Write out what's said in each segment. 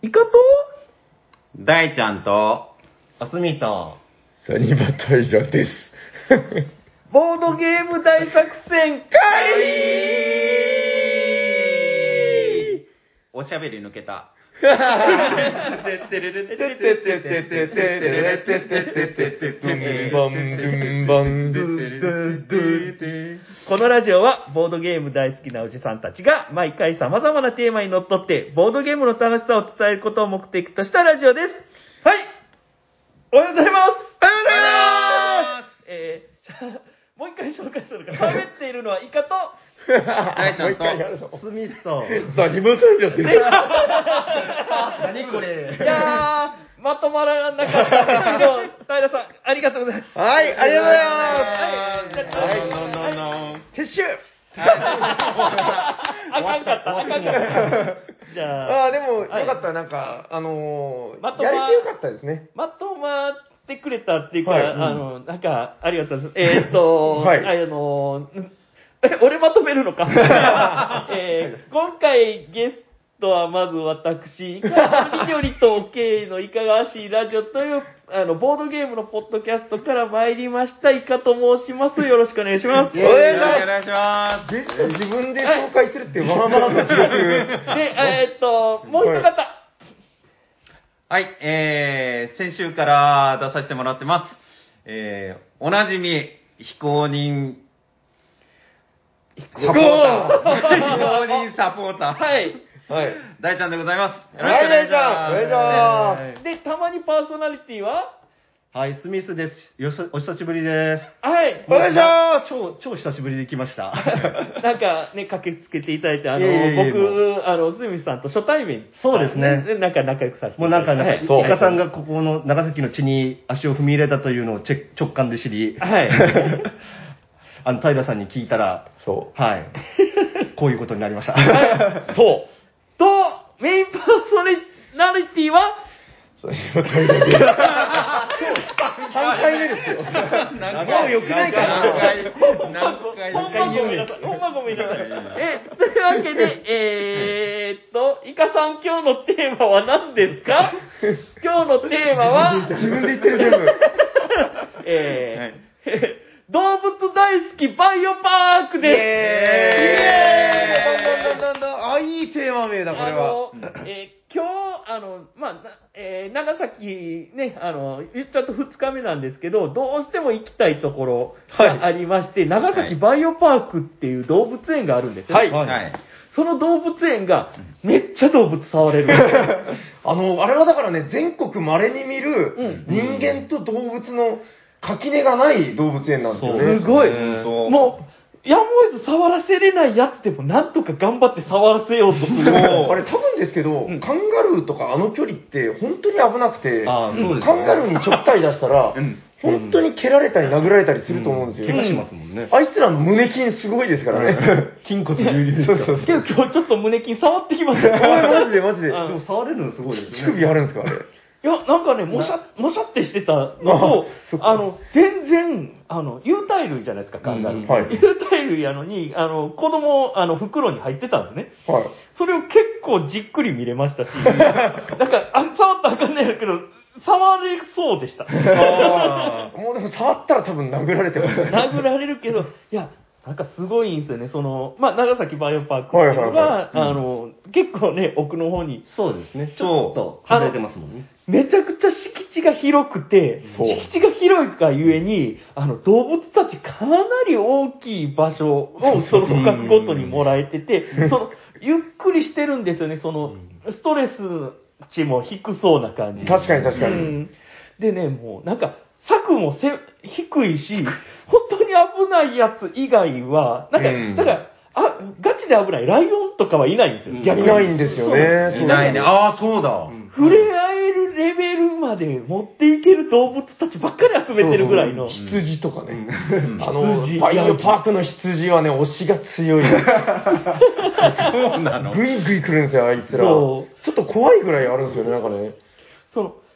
イカと大ちゃんと、 あすみと、 サニバタイラです。 ボードゲーム大作戦会おしゃべり抜けた。 このラジオはボードゲーム大好きなおじさんたちが毎回様々なテーマにのっとってボードゲームの楽しさを伝えることを目的としたラジオです。はい、おはようございます。 おはようございます。 もう一回紹介するから喋っているのはイカと大ちゃんと、 スミスと、 サニバタイラです。 何これ。 いやー、まとまらなかったけど、平さん、ありがとうございます。 はい、ありがとうございます。 はい。 撤収。 あかんかった。じゃあ、 でも、よかった、なんか、やれてよかったですね。 まとまってくれたっていうか、 はいなんか、ありがとうございます。 はい俺まとめるのか。今回ゲストはまず私、イカのりよりと OK のいかがわしいラジオという、ボードゲームのポッドキャストから参りました、イカと申します。よろしくお願いします。 お願いします。 お願いしまゲスト自分で紹介するっていうまあまあの記録。 で、もう一方。 はい、先週から出させてもらってます。おなじみ、非公認サポーター。非公認サポーター。 はい。 はい。 大ちゃんでございます。よろしはい、 くお願いし大ちゃん。お願いしまます。 で、たまにパーソナリティははい、スミスです。お久しぶりです。 はい。 お願いします。 超久しぶりに来ました。 なんかね、駆けつけていただいて、 いえいえ僕、スミスさんと初対面。 そうですね。 なんか仲良くさせてもうなんか、 はいイカさんがここの長崎の地に足を踏み入れたというのを直感で知り、 はい。 平さんに聞いたら、 そはい。こういうことになりました。 そう。と、メインパーソナリティはう。サニバタイラです。3回目ですよ。もう良くないかな。 ほんまごめんなさい。ほんまごめんなさい。というわけで、イカさん今日のテーマは何ですか？今日のテーマは、 自分で言ってる全部。 動物大好きバイオパークです。イエーイなんだ。あ、いいテーマ名だ、これは。 今日、長崎ね、言っちゃうと2日目なんですけど、どうしても行きたいところがありまして、長崎バイオパークっていう動物園があるんですよ。 はいはい。 その動物園がめっちゃ動物触れるんですよ。 あれはだからね、全国稀に見る人間と動物の垣根がない動物園なんですよね。 すごい。 ももう、やむを得ず触らせれないやつでもなんとか頑張って触らせようとする。 あれ多分ですけど、カンガルーとかあの距離って本当に危なくて、 あそうですねカンガルーにちょっかい出したら、本当に蹴られたり殴られたりすると思うんですよ。 怪我しますもんね。 あいつらの胸筋すごいですからね。 筋骨隆々ですから。 そうそうけど今日ちょっと胸筋触ってきましたおい、マジでマジで。 うんでも触れるのすごいです乳ね。 首あるんですか、あれ。 いや、なんかね、もしゃってしてたのと、 そっか全然、有袋類じゃないですか、カンガルー。 はい有袋類やのに、子供、袋に入ってたんですね。 はい。 それを結構じっくり見れましたし、なんか、触ったらあかんねやけど、触れそうでした。 もうでも触ったら多分殴られてますよね。 殴られるけど、いや、なんかすごいんですよね。長崎バイオパークっていうのが、結構ね、奥の方に、 そうですね。ちょっと外れてますもんね。 めちゃくちゃ敷地が広くて、 そう敷地が広いがゆえに、動物たちかなり大きい場所をその区画ごとにもらえてて、ゆっくりしてるんですよね。ストレス値も低そうな感じ。 確かに確かに。 でね、もうなんか、柵も低いし、本当に危ないやつ以外は、なんか、ガチで危ないライオンとかはいないんですよ。逆にいないんですよね。 いないね。ああ、そうだ。 触れ合えるレベルまで持っていける動物たちばっかり集めてるぐらいの。 羊とかね。 羊バイオパークの羊はね、推しが強い。 そうなの。 ぐいぐい来るんですよ、あいつら。ちそょっと怖いぐらいあるんですよね、なんかね。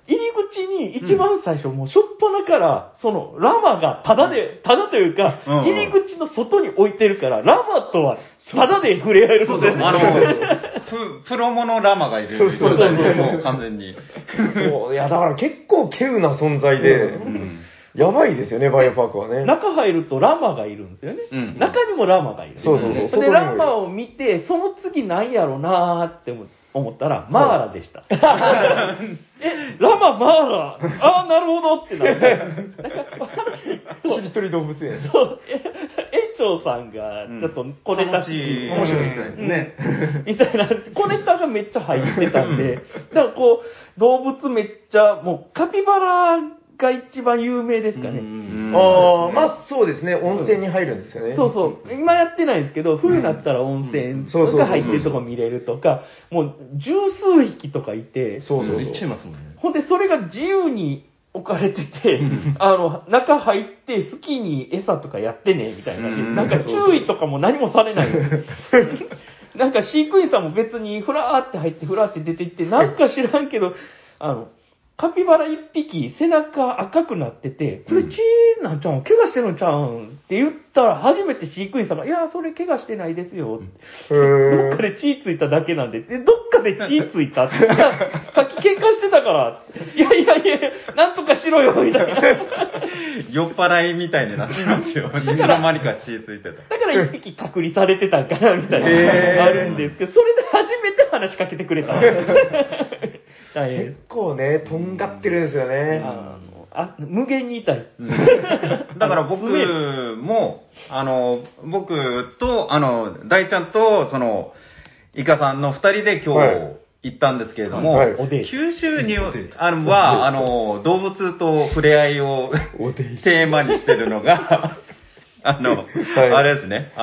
入り口に一番最初、もうしょっぱなから、そのラマがタダというか、入り口の外に置いてるから、ラマとはタダで触れ合えるんですよね。 プロモのラマがいる状態で、もう完全に。 そう、いや、だから結構稀有な存在で、やばいですよね、バイオパークはね。 中入るとラマがいるんですよね。中にもラマがいる。 そうそうそう。 で、ラマを見て、その次何やろうなーって思ったら、マーラでした。ラマ、マーラ、ああ、なるほどってなって。 しりとり動物園。 そう、園長さんが、ちょっと小ネタ楽しい面白い人ですね。 みたいな、小ネタがめっちゃ入ってたんで、だからこう、動物めっちゃ、もうカピバラが一番有名ですかね。 ああ、まあそうですね、温泉に入るんですよね。 そうそう。今やってないんですけど、冬になったら温泉が入ってるとこ見れるとか、もう十数匹とかいて、 そうそう。 めっちゃいますもんね。 ほんでそれが自由に置かれてて、中入って好きに餌とかやってね、みたいな。なんか注意とかも何もされない。なんか飼育員さんも別にふらーって入ってふらーって出て行って、なんか知らんけど、カピバラ一匹背中赤くなってて、これ血なんちゃうん怪我してるんちゃうんって言ったら初めて飼育員さんが、いや、それ怪我してないですよ。どっかで血ついただけなんで、どっかで血ついたって。いや、さっき喧嘩してたから、いや、なんとかしろよ、みたいな。 酔っ払いみたいになってますよ。いつの間にか血ついてた。 だから一匹隔離されてたんかな、みたいな、あるんですけど、それで初めて話しかけてくれた。 結構ね、とんがってるんですよね。 無限に痛い。 だから僕も、僕と、大ちゃんと、イカさんの二人で今日行ったんですけれども、九州には、動物と触れ合いをテーマにしてるのが、あれですね、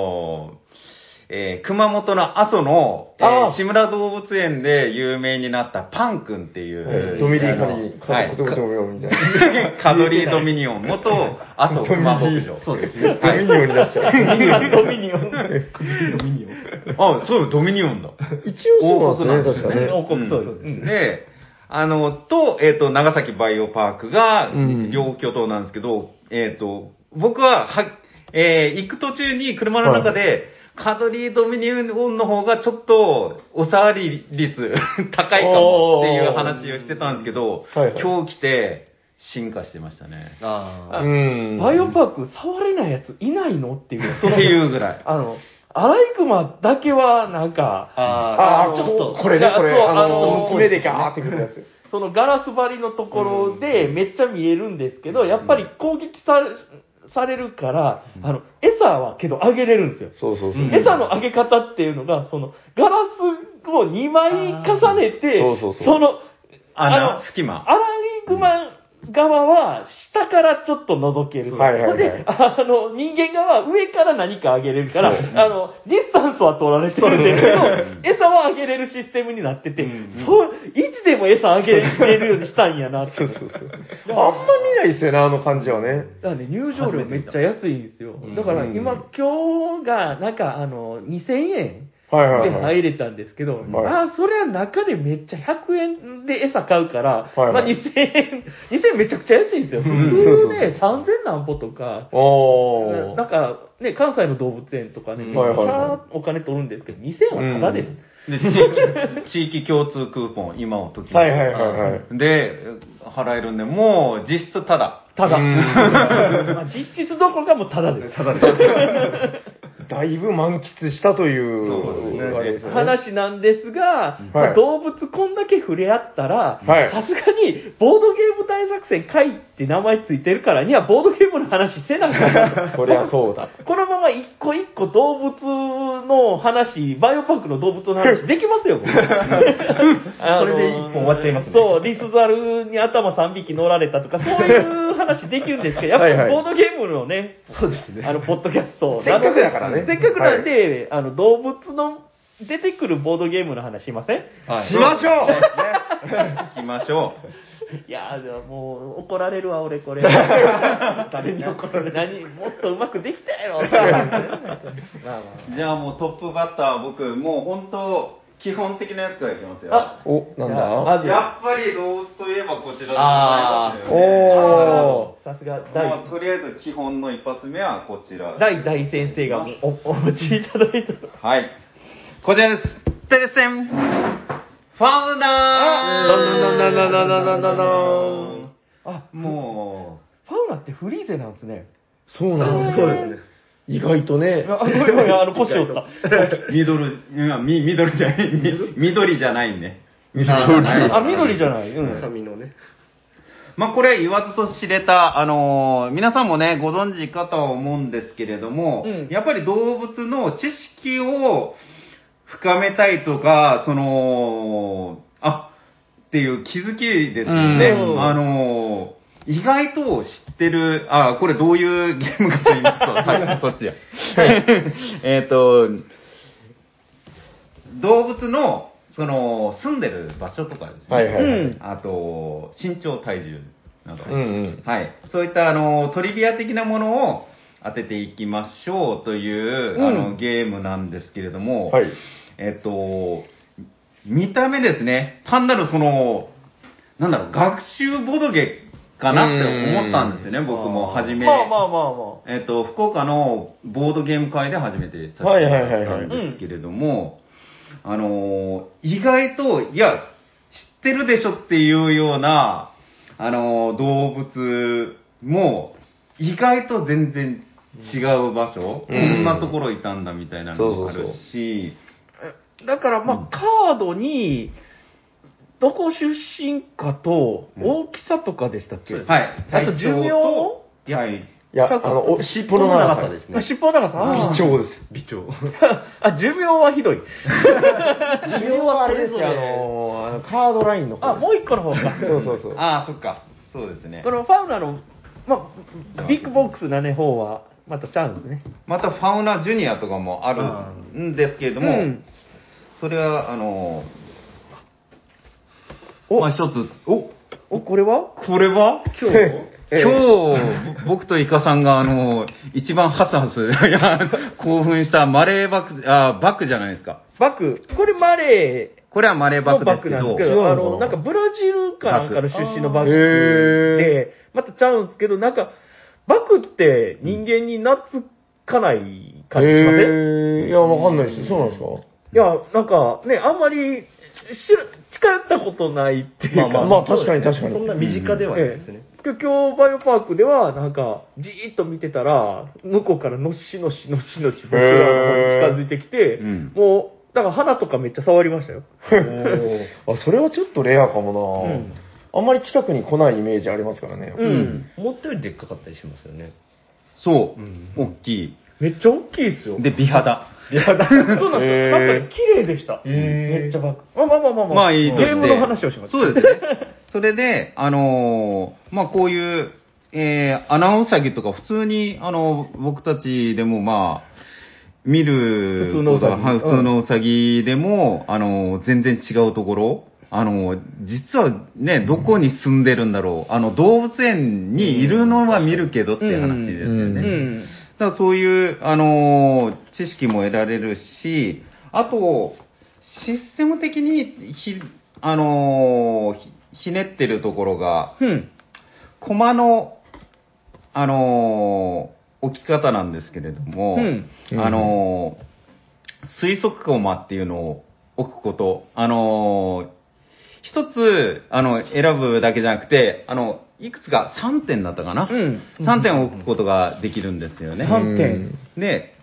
熊本の阿蘇の、志村動物園で有名になったパン君っていう、 ドミニオンに、 はい、カドリードミニオン、元阿蘇熊牧場。 そうですね。ドミニオンになっちゃう。 ドミニオン。 あ、そう、ドミニオンだ。 一応そうなんですね、 王国そうです。 で、長崎バイオパークが両巨頭なんですけど、僕は、行く途中に車の中で、カドリードミニオンの方がちょっとお触り率高いかもっていう話をしてたんですけど、今日来て進化してましたね。 バイオパーク触れないやついないのっていう。 っていうぐらい。 アライグマだけはなんか、 ちょっと、これ、爪でガーってくるやつ。 そのガラス張りのところでめっちゃ見えるんですけど、やっぱり攻撃されるから、餌はけどあげれるんですよ。そう。餌のあげ方っていうのが、ガラスを2枚重ねて、 隙間。 アライグマ側は下からちょっと覗ける。で、人間側は上から何かあげれるから、ディスタンスは取られてるんですけど、餌はあげれるシステムになってて、いつでも餌あげれるようにしたんやなって。 そう。あんま見ないですよね、あの感じはね。 だからね、入場料めっちゃ安いんですよ。だから今日がなんか2000円。で入れたんですけど、それは中でめっちゃ100円で餌買うから、2000円めちゃくちゃ安いんですよ。普通ね、3000何歩とか、なんかね、関西の動物園とかね、めっちゃお金取るんですけど、2000円はタダです。 で、地域共通クーポン、今を時に。で、払えるんで、もう実質タダ。 実質どころかもうタダです。 だいぶ満喫したという話なんですが、動物こんだけ触れ合ったら、さすがにボードゲーム大作戦会って名前ついてるからにはボードゲームの話せなかった。 そりゃそうだ。 このまま一個一個動物の話、バイオパークの動物の話できますよ、これで一本終わっちゃいますね。 そう、リスザルに頭3匹乗られたとか、そういう話できるんですけど、やっぱりボードゲームのね、 そうですね。 ポッドキャスト。 せっかくだからね。 せっかくなんで、動物の出てくるボードゲームの話しません？ しましょう行きましょう。いやー、もう怒られるわ、俺これ。 誰に怒られる？ もっとうまくできたやろ。 じゃあもうトップバッター、僕、もう本当、 基本的なやつからいきますよ。 お、なんじゃあだまずやっぱり動物といえばこちらでございあますよね。 おさすがもうとりあえず基本の一発目はこちら。 大先生がお持ちいただいた。 はい。こちらです。てれせん。ファウナーあ、 もファウナってフリーゼなんですね。 そうなんです。そうですね。意外とね。 あ、ごめんごめん、腰折った。 う、緑じゃない、緑じゃないね。緑じゃない。 あ、緑じゃない。うん。 髪のね。 まあこれ言わずと知れた、皆さんもね、ご存知かとは思うんですけれども、 うんやっぱり動物の知識を深めたいとか、っていう気づきですよね。 うん意外と知ってる、これどういうゲームかと言いますと、はい、そっちや。動物の、住んでる場所とかですね。 はいはいはい。 うんあと、身長、体重など。 うんうん。 はい。そういった、トリビア的なものを当てていきましょうという、 うんゲームなんですけれども、 はい。 見た目ですね、単なる学習ボドゲかなって思ったんですよね、僕も初め。 まあ。 福岡のボードゲーム会で初めてさせてもらったんですけれども、意外と、いや、知ってるでしょっていうような、動物も、意外と全然違う場所、こんなところいたんだみたいなのもあるし、 だから、まあ、カードに、どこ出身かと、大きさとかでしたっけ、 はい。 あと寿命と、はい。 いや、尻尾の長さですね。 尻尾の長さ微調です。微調。 あ、寿命はひどい。 寿命はあれですよ、カードラインの方。 あ、もう一個の方か。 そうそうそう。 そっか。そうですねこ。のファウナの、まあ、ビッグボックスなね、方は、またちゃうんですね。 またファウナジュニアとかもあるんですけれども、 うんそれは、 お一つ、 これはこれは今日今日、僕とイカさんが、一番ハスハス、いや興奮したマレーバック、バックじゃないですか。 バック。これマレー。 これはマレーバックですけど、 なんですけど、 違うのかななんかブラジルかなんかの出身のバックへで、またちゃうんですけど、なんか、バックって人間に懐かない感じしません、 いや、わかんないです。そうなんですかいや、なんかね、あんまり近寄ったことないっていうか、 まあ確かに確かに。 そんな身近ではないですね。 今日バイオパークでは、なんか、じーっと見てたら、向こうからのっしのし僕らの方に近づいてきて、 うんもう、だから花とかめっちゃ触りましたよ。 それはちょっとレアかもな、 うんあんまり近くに来ないイメージありますからね。 うん。 思ったよりでっかかったりしますよね。 そう、大きい。 めっちゃ大きいですよ。 で、美肌。 そうなんですよ。なんかね、綺麗でした。 へーめっちゃバック。まあ。 まあいいとして。 ゲームの話をします。 そうですね。それで、まあこういう、アナウンサギとか普通に、僕たちでもまあ、見る普通のウサギはい普通のウサギでも、全然違うところ、実はね、どこに住んでるんだろう。動物園にいるのは見るけどっていう話ですよね。 うん。 だからそういう、知識も得られるし、あと、システム的にひねってるところが、 うん。 駒の、置き方なんですけれども、 うん推測駒っていうのを置くこと、一つ、選ぶだけじゃなくて、いくつか3点だったかな、 うん 3点置くことができるんですよね。 3点。 で、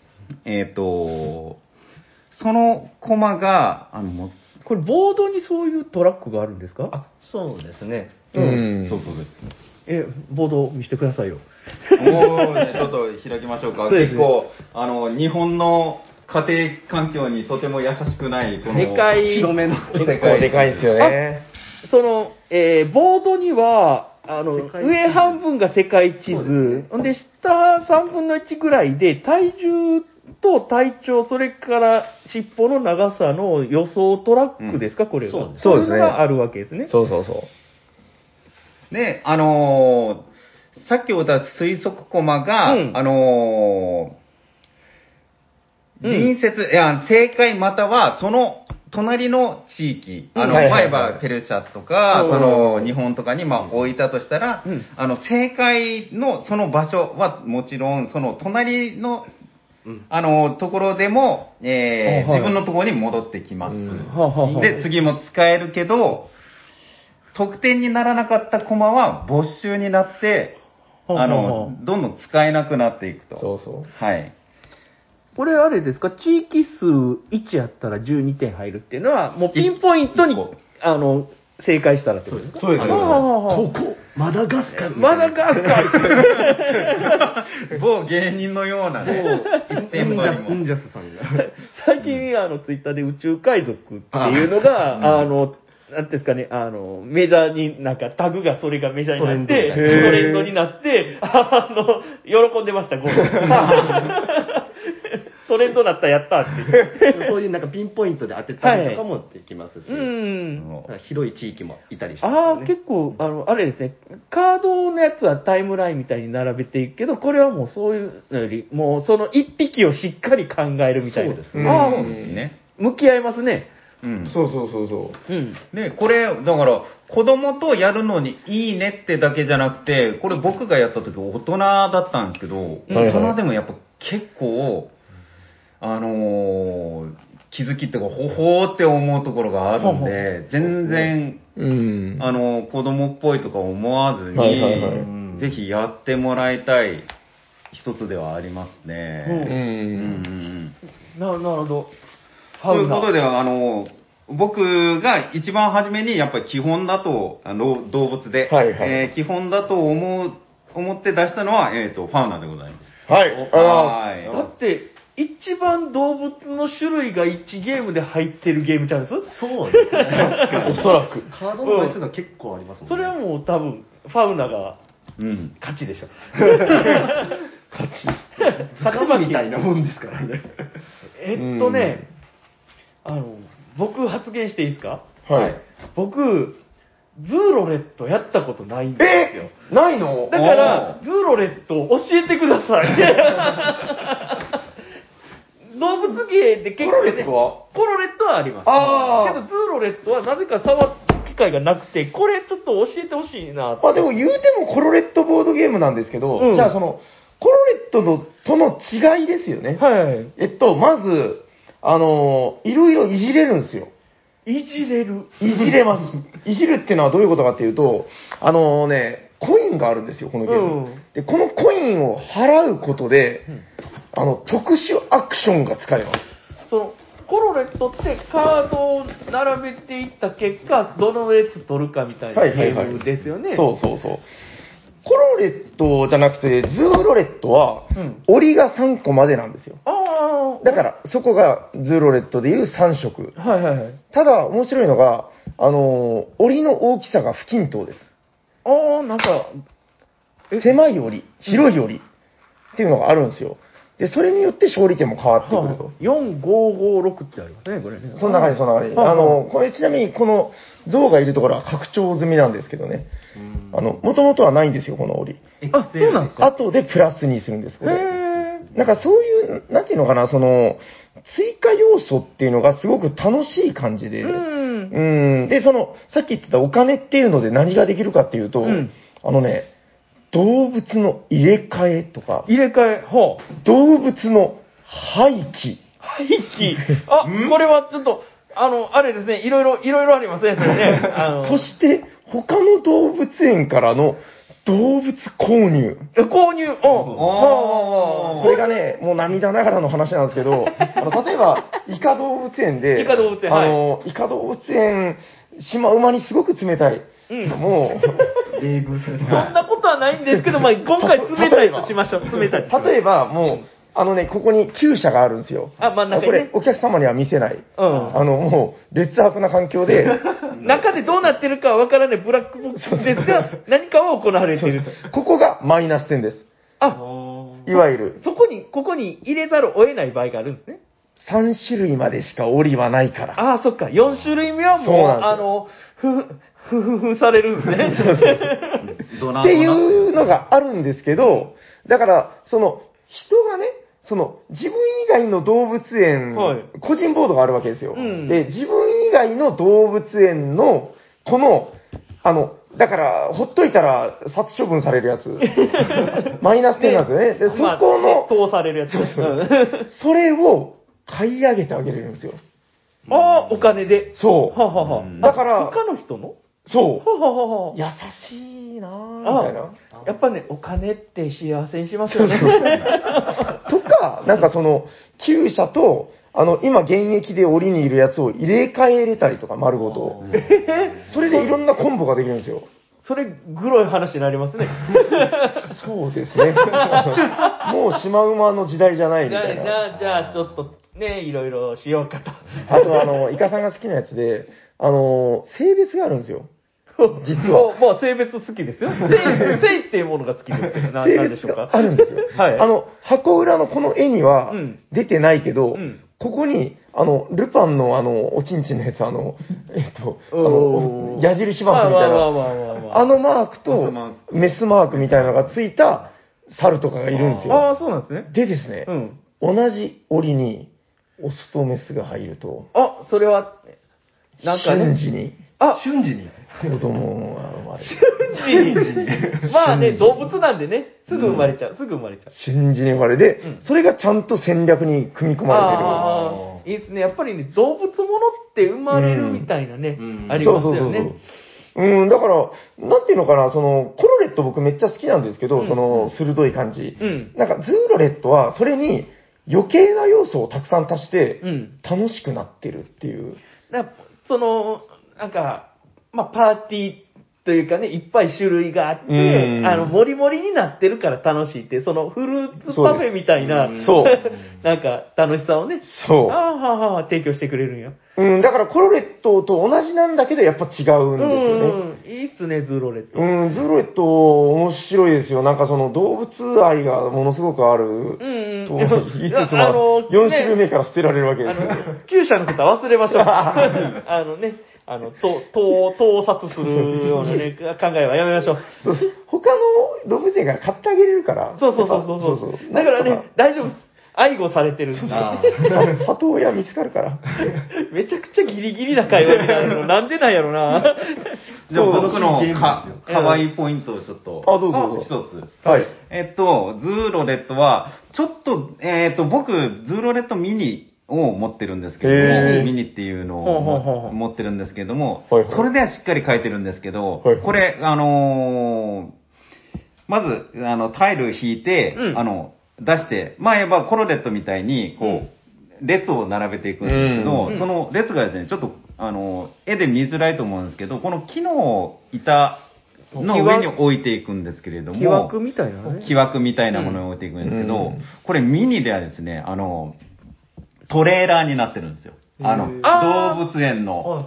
そのコマが、 これ、ボードにそういうトラックがあるんですか？ あ、そうですね。 そうそうです。 ボードを見せてくださいよ。 おー、ちょっと開きましょうか。 そうですね結構、日本の家庭環境にとても優しくない、この、 でかい広めの結構でかいですよね。 その、ボードには、 世界地図上半分が世界地図、ほんで、下3分の1ぐらいで、体重と体長、それから尻尾の長さの予想トラックですか、これは。 そうですそういうのがあるわけですね。 そうそうそう。 で、さっき言った推測コマが、 うん隣接、いや、正解または、その隣の地域、 うん前歯ペルシャとか、日本とかに置いたとしたら、正解のその場所はもちろん、その隣の、ところでも、自分のところに戻ってきます。で、次も使えるけど、得点にならなかったコマは没収になって、どんどん使えなくなっていくと。 そうそう。 はい。 これあれですか、地域数1やったら12点入るっていうのは、もうピンポイントに、正解したらってことですか？ そうですよ。 ここ、マダガスカル。 マダガスカル。 某芸人のようなね、一点張りも。 うんじゃすさんが。 最近、ツイッターで宇宙海賊っていうのが、なんていうんですかね、メジャーになんかタグがそれがメジャーになって、トレンドになって、喜んでました、ゴール。トレンドだったらやったってそういうなんかピンポイントで当てたりとかもできますし、広い地域もいたりしますね。 結構、あれですね、カードのやつはタイムラインみたいに並べていくけど、これはもうそういうのより、もうその一匹をしっかり考えるみたいな。 そうですね。 そうですね。 向き合いますね。 そうそうそうそう。 で、これ、だから、子供とやるのにいいねってだけじゃなくて、これ僕がやった時大人だったんですけど、大人でもやっぱ結構、気づきっていうか、ほーって思うところがあるんで、全然、子供っぽいとか思わずに、ぜひやってもらいたい一つではありますね。 なるほど。 ということで、僕が一番初めにやっぱり基本だと、動物で、基本だと思って出したのは、ファウナでございます。 はい。 だって、一番動物の種類が1ゲームで入ってるゲームちゃうんです？ そうですね。 おそらく。 カードの枚数が結構ありますもんね。 それはもう多分、ファウナが勝ちでしょ。 勝ちみたいなもんですからね。 僕発言していいですか？ はい。 僕、ズーロレットやったことないんですよ。 ないの？ だから、ズーロレットを教えてください。動物芸で結構、ね、コロレットはあります。けど、ズーロレットはなぜか触った機会がなくて、これちょっと教えてほしいなって。 でも言うてもコロレットボードゲームなんですけど、じゃあその、コロレットとの違いですよね。 はい。 まず、いろいろいじれるんですよ。 いじれる？ いじれます。いじるっていうのはどういうことかっていうと、コインがあるんですよ、このゲーム。で、このコインを払うことで、特殊アクションが使えます。 そのコロレットってカードを並べていった結果、どの列取るかみたいなゲームですよね。 そう。コロレットじゃなくて、ズーロレットは、折りが3個までなんですよ。だから、そこがズーロレットでいう3色。ただ、面白いのが、折りの大きさが不均等です。 なんか、 狭い折り、広い折りっていうのがあるんですよ。で、それによって勝利点も変わってくると。 4、5、5、6ってありますね、これね。 そんな感じ。これちなみにこの像がいるところは拡張済みなんですけどね。もともとはないんですよ、この折り。 そうなんですか？ 後でプラスにするんです、これ。なんかそういう、なんていうのかな、その、追加要素っていうのがすごく楽しい感じで。で、さっき言ってたお金っていうので何ができるかっていうと、動物の入れ替えとか、動物の廃棄。 これはちょっと、あれですね、いろいろありますね、それね。 そして、他の動物園からの動物購入。これがね、もう涙ながらの話なんですけど、例えば、イカ動物園で、イカ動物園、シマウマにすごく冷たい。もう、 そんなことはないんですけど、今回冷たいとしましょう。冷たい。 例えば、もう、ここに厩舎があるんですよ。 真ん中にね。 これ、お客様には見せない。もう、劣悪な環境で。 中でどうなってるかわからないブラックボックスですが、何かは行われていると。 ここがマイナス点です。いわゆる。 ここに入れざるを得ない場合があるんですね。 3種類までしか折りはないから。 そっか。4種類目はもう、されるんですね。 っていうのがあるんですけど、だから、人がね、 その、自分以外の動物園、個人ボードがあるわけですよ。で、自分以外の動物園の、この、だから、ほっといたら殺処分されるやつ。マイナス点なんですよね。で、そこの、 通されるやつ。 それを買い上げてあげれるんですよ。 ああ、お金で。 そう。 ははは。 だから、 他の人のそう。 ははは。 優しいなぁ、みたいな。 やっぱね、お金って幸せにしますよね。 とか、なんかその、厩舎と、今現役で檻にいるやつを入れ替えれたりとか、丸ごと。それでいろんなコンボができるんですよ。 それ、グロい話になりますね。 そうですね。もうシマウマの時代じゃないみたいな。 じゃあ、ちょっとね、いろいろしようかと。 あと、イカさんが好きなやつで、性別があるんですよ。実は。 まあ、性別好きですよ。性っていうものが好きですけど、何でしょうか。 あるんですよ。 はい。 箱裏のこの絵には出てないけど、ここに、ルパンのおちんちんのやつ、矢印マークみたいな、マークと、メスマークみたいなのがついた猿とかがいるんですよ。 ああ、そうなんですね。 でですね、同じ檻に、オスとメスが入ると、 それは、なんかね。 瞬時に。 瞬時に。 子供が生まれる。 瞬時に。まあね、動物なんでね、すぐ生まれちゃう。 瞬時に生まれで、それがちゃんと戦略に組み込まれてる。いいですね。やっぱりね、動物ものって生まれるみたいなね、ありますよね。 だから、なんていうのかな、コロレット僕めっちゃ好きなんですけど、鋭い感じ。なんか、ズーロレットは、それに余計な要素をたくさん足して、楽しくなってるっていう。 なんか、まあ、パーティーというかね、いっぱい種類があって、もりもりになってるから楽しいって、そのフルーツパフェみたいな、なんか楽しさをね、提供してくれるんや。 だからコロレットと同じなんだけど、やっぱ違うんですよね。 いいっすね、ズーロレット。 ズーロレット面白いですよ。なんかその動物愛がものすごくある。と言いつつも、4種類目から捨てられるわけですよ。 厩舎のことは忘れましょう。盗撮するようなね、考えはやめましょう。 他の動物園から買ってあげれるから。 そう。だからね、大丈夫。愛護されてる。 里親見つかるから。 めちゃくちゃギリギリな会話になるの。なんでなんやろな。 じゃあ僕のかわいいポイントをちょっと。 どうぞ。 一つ。はい。ズーロレットは、ちょっと、僕、ズーロレットミニを持ってるんですけども、ミニっていうのを持ってるんですけども、これではしっかり書いてるんですけど、これ、まず、タイル引いて、出して、言えばコロレットみたいに、列を並べていくんですけど、その列がですね、ちょっと、絵で見づらいと思うんですけど、この木の板の上に置いていくんですけれども、 木枠みたいなね。 木枠みたいなものを置いていくんですけど、これミニではですね、トレーラーになってるんですよ。動物園の。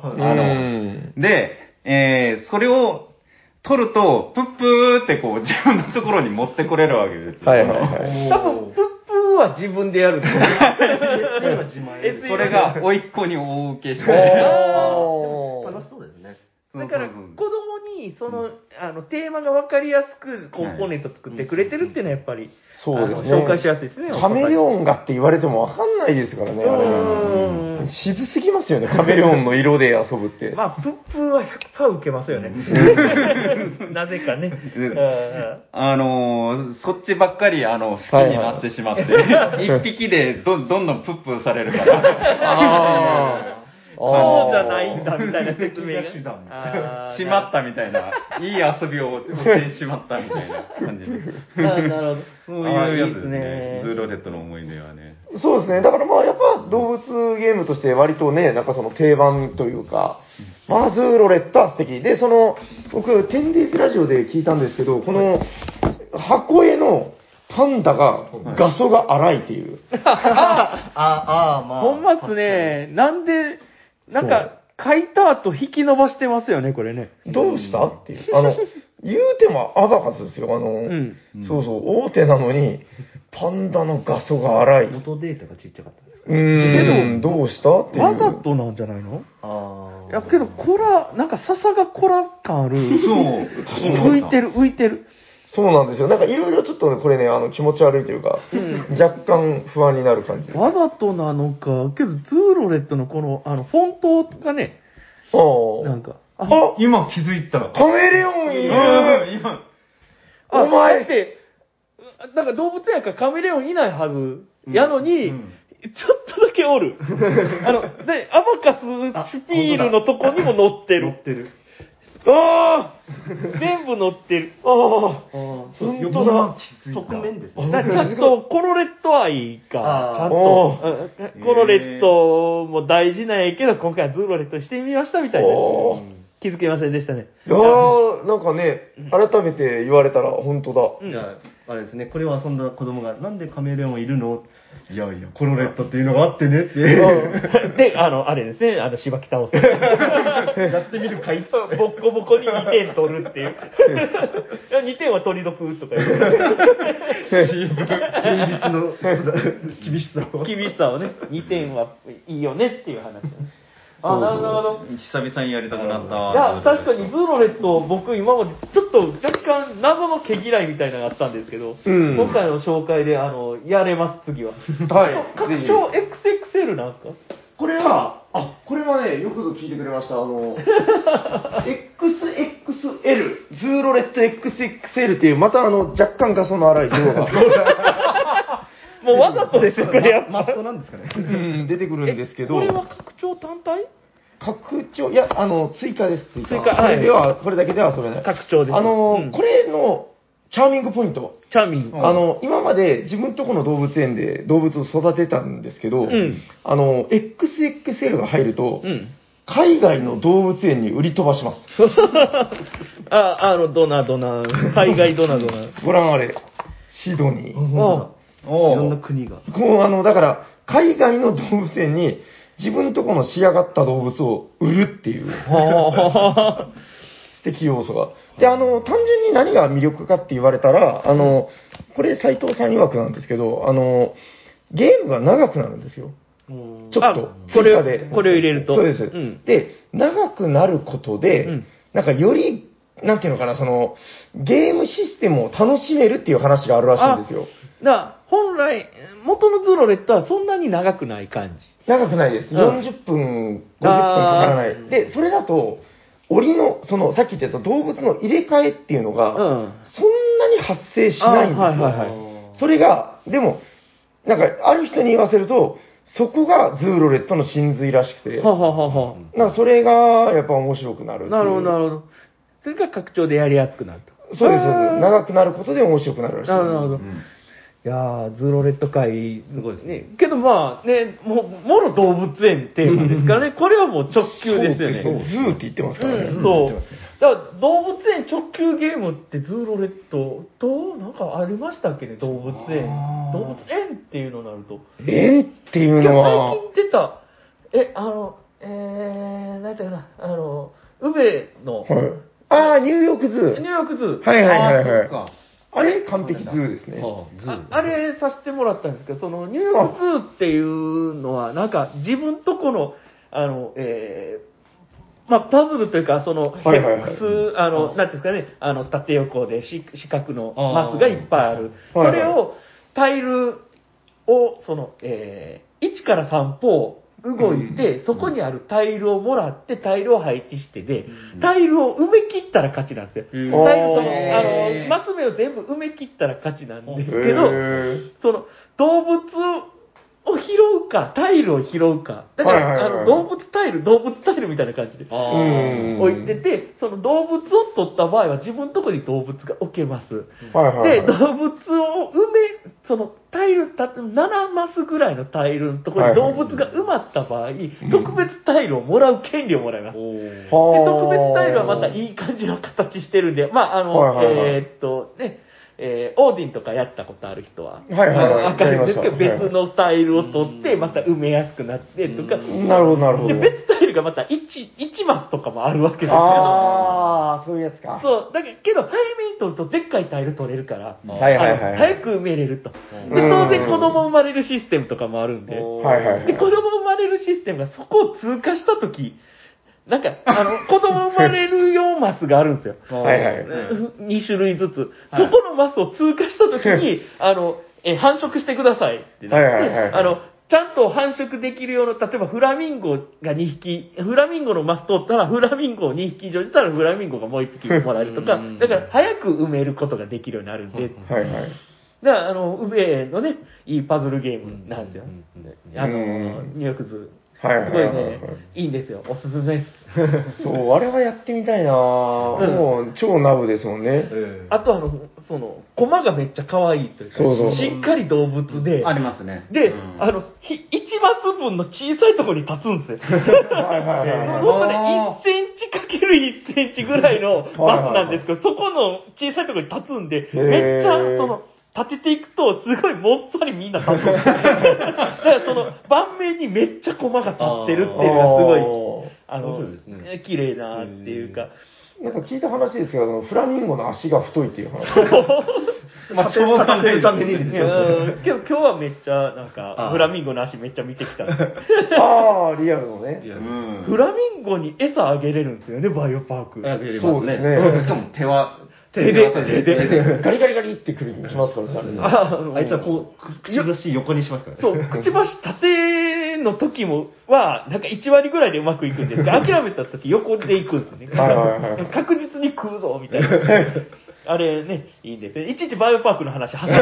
で、それを取ると、プップーって自分のところに持ってこれるわけですよ。 多分、プップーは自分でやるんですよ。 それが、甥っ子に大受けして。 楽しそうですね。 だから、子供に、テーマが分かりやすく、コンポーネント作ってくれてるっていうのはやっぱり、 そうですね。 紹介しやすいですね。 カメレオンがって言われても分かんないですからね、あれ。渋すぎますよね、カメレオンの色で遊ぶって。 プップーは100%受けますよね。なぜかね。 そっちばっかり、好きになってしまって、一匹でどんどんプップーされるから。 そうじゃないんだみたいな説明が。 しまったみたいな。いい遊びを教えてしまったみたいな感じで。 なるほど。 そういうやつですね。ズーロレットの思い出はね。 そうですね。だからやっぱ動物ゲームとして割とね、なんかその定番というか、ズーロレットは素敵。で、僕、10daysラジオで聞いたんですけど、この箱絵のパンダが画素が荒いっていう。 ほんまっすね。なんで、なんか、書いた後引き伸ばしてますよね、これね。 どうしたっていう。言うてもアバカスですよ。大手なのに、パンダの画素が荒い。 元データがちっちゃかったですか？ どうしたっていう。 わざとなんじゃないの？やけど、なんか笹がコラ感ある。 そう。 浮いてる。 そうなんですよ。なんかいろいろちょっとね、これね、気持ち悪いというか、若干不安になる感じ。 わざとなのか、けど、ズーロレットのこの、フォントがね、なんか、 今気づいた。 カメレオンいる今。 お前だって、なんか動物園やからカメレオンいないはずやのに、ちょっとだけおる。で、アバカススピールのとこにも乗ってる。ああ全部乗ってる。ああ本当だ。 側面ですちゃんとコロレット愛が、ちゃんと、コロレットも大事なんやけど、今回はズーロレットにしてみましたみたいな。気づけませんでしたね。 いやー、なんかね、改めて言われたら本当だ。 じゃあ、あれですね、これを遊んだ子供が、なんでカメレオンいるの？いやいや、コロレットっていうのがあってねって。 で、あれですね、しばき倒す。 やってみるかい？ ボッコボコに2点取るっていう。いや2点は取り得とか言う。 現実の厳しさを。 厳しさをね、2点はいいよねっていう話。あ、なるほど。 久々にやりたくなった。 いや、確かにズーロレット、僕今までちょっと若干謎の毛嫌いみたいなのがあったんですけど、今回の紹介でやれます、次は。 はい。 拡張 XXL なんですか？ これはね、よくぞ聞いてくれました。XXL、ズーロレット XXL っていう、また若干画素の荒い像が。 もうわざとですよ、これやっぱ。 マストなんですかね。 出てくるんですけど。 これは拡張単体？ 拡張、いや、追加です、追加。 はい。 これだけでは遊べない。 拡張です。 これの、チャーミングポイント。 チャーミング。 今まで自分とこの動物園で動物を育てたんですけど、XXL が入ると、海外の動物園に売り飛ばします。 ドナ、海外ドナ。 ご覧あれ、シドニー。 いろんな国が。 だから、海外の動物園に自分とこの仕上がった動物を売るっていう。素敵要素が。で、単純に何が魅力かって言われたら、これ斉藤さん曰くなんですけど、ゲームが長くなるんですよ。ちょっと、 これを入れると。 そうです。で、長くなることで、なんかより、なんていうのかな、ゲームシステムを楽しめるっていう話があるらしいんですよ。 本来、元のズーロレットはそんなに長くない感じ。 長くないです。40分、50分かからない。で、それだと、檻の、さっき言ってた動物の入れ替えっていうのが、そんなに発生しないんですよ。それが、でも、なんか、ある人に言わせると、そこがズーロレットの真髄らしくて、なんかそれがやっぱ面白くなるっていう。 なるほど。それが拡張でやりやすくなると。 そうです。長くなることで面白くなるらしいです。 なるほど。いやー、ズーロレット界、すごいですね。けどまあね、もろ動物園テーマですからね、これはもう直球ですよね。 ズーって言ってますからね。 そう。だから動物園直球ゲームってズーロレットと、なんかありましたっけね、動物園っていうのになると。 園っていうのは。 最近出た、なんていうかな、宇部の。 ニューヨークズー。 ニューヨークズー。 はい。あれ完璧ズーですね。 あれさせてもらったんですけど、ニューヨークズーっていうのは、なんか自分とこの、パズルというか、ヘックス、なんていうんですかね、縦横で四角のマスがいっぱいある。それを、タイルを、1から3歩動いて、そこにあるタイルをもらって、タイルを配置してで、タイルを埋め切ったら勝ちなんですよ。タイル、マス目を全部埋め切ったら勝ちなんですけど、動物を拾うか、タイルを拾うか。だから、動物タイルみたいな感じで置いてて、その動物を取った場合は自分のところに動物が置けます。で、動物をタイル、7マスぐらいのタイルのところに動物が埋まった場合、特別タイルをもらう権利をもらいます。で、特別タイルはまたいい感じの形してるんで、オーディンとかやったことある人は、わかるんですけど、別のタイルを取って、また埋めやすくなってとか、 なるほど。 で、別タイルがまた1マスとかもあるわけですよ。 そういうやつか。 そう、だけど、早めに取るとでっかいタイル取れるから、早く埋めれると。で、当然子供生まれるシステムとかもあるんで、で、子供生まれるシステムがそこを通過したとき、 なんか、子供生まれる用マスがあるんですよ。 はいはい。 2種類ずつ。そこのマスを通過したときに、繁殖してくださいってなって、 はいはいはいちゃんと繁殖できるような、例えばフラミンゴが2匹、フラミンゴのマス通ったら、フラミンゴを2匹以上いたら、フラミンゴがもう1匹もらえるとか、だから早く埋めることができるようになるんで、 はいはい。 だから、ウベのね、いいパズルゲームなんですよ。入浴図。 はいはいすごいはいはいね、いいんですよ。おすすめです。 そう、あれはやってみたいなもう超ナブですもんね。 あとコマがめっちゃ可愛いというか、 そうそうしっかり動物で、 ありますね。 で、 うん 1マス分の小さいところに立つんですよ。 はいはいはいはい。 僕ね、1センチかける1センチぐらいのバスなんですけど、そこの小さいところに立つんで、めっちゃ、立てていくと、すごいもっさりみんな立つんですよ。だから盤面にめっちゃコマが立ってるっていうのがすごい、 面白いですね綺麗なっていうか。 なんか聞いた話ですけど、フラミンゴの足が太いっていう話。 まあ、そう立てるためにですよ。 けど今日はめっちゃ、なんか、フラミンゴの足めっちゃ見てきた。 ああ、リアルのね。 うんフラミンゴに餌あげれるんですよね、バイオパーク。 そうですね。 しかも手は、 手でガリガリガリってくるしますからね。 あいつはこう、くちばし横にしますからね。 そう、くちばし縦の時は、なんか1割ぐらいでうまくいくんですけど、諦めた時横でいくんですよね。 はいはいはい確実に食うぞ、みたいな。あれね、いいんですね。いちいちバイオパークの話挟んで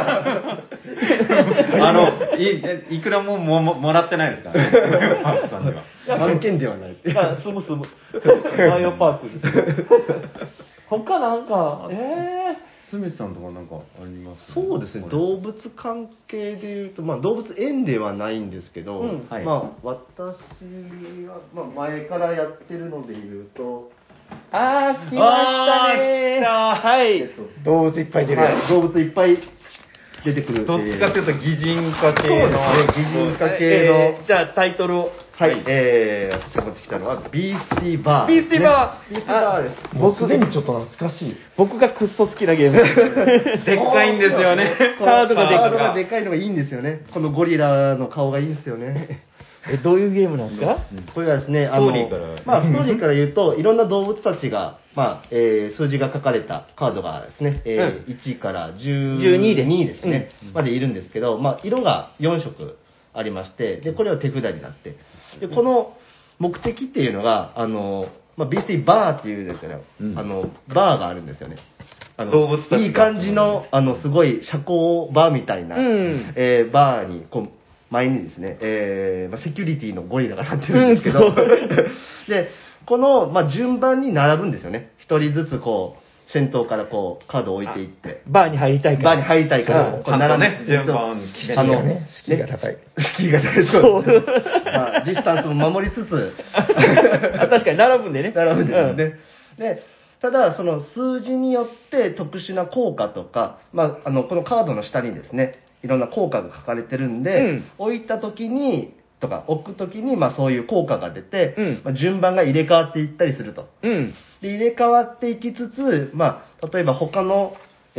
いくらももらってないですからね。パークさんには。 案件ではない。 住む。バイオパークです。他なんか、 スミスさんとかなんかありますそうですね、動物関係でいうと、まあ、動物園ではないんですけど、 はいまあ、私は、まあ、前からやってるのでいうと、 来ましたね。 来たはい。 動物いっぱい出る。 はい、動物いっぱい出てくる。 どっちかというと擬人化系の。 そうですね、擬人化系の。 じゃあタイトルを。 はい、私が持ってきたのは、ビースティバー、 ビースティバービースティバーです。 もうすでにちょっと懐かしい。 僕がくっそ好きなゲーム。 でっかいんですよね。 カードがでかいカードがでかいのがいいんですよね。このゴリラの顔がいいんですよね。 どういうゲームなんですか？ これはですね、 ストーリーからまあ、ストーリーから言うと、いろんな動物たちが、まあ、数字が書かれたカードがですね、1から12ですね、までいるんですけど、まあ、色が4色ありまして、で、これは手札になって、で、この目的っていうのが、まあ、ビースティバーっていうですね、バーがあるんですよね。 動物たちがいい感じの、すごい社交バーみたいな、バーに、こう、前にですね、まあ、セキュリティのゴリラが立ってるんですけど、で、この、まあ、順番に並ぶんですよね。一人ずつこう、先頭からこう、カードを置いていって。 バーに入りたいから。 バーに入りたいから、こう並んでね、順番敷居がね、敷居が高い。 敷居が高い。そう。まあ、ディスタンスも守りつつ、 確かに並ぶんでね。 並ぶんですよね。で、ただ、その数字によって特殊な効果とか、まあ、このカードの下にですね、いろんな効果が書かれてるんで、置いた時に、とか置く時に、まあそういう効果が出て、まあ、順番が入れ替わっていったりすると。で、入れ替わっていきつつ、まあ、例えば他の、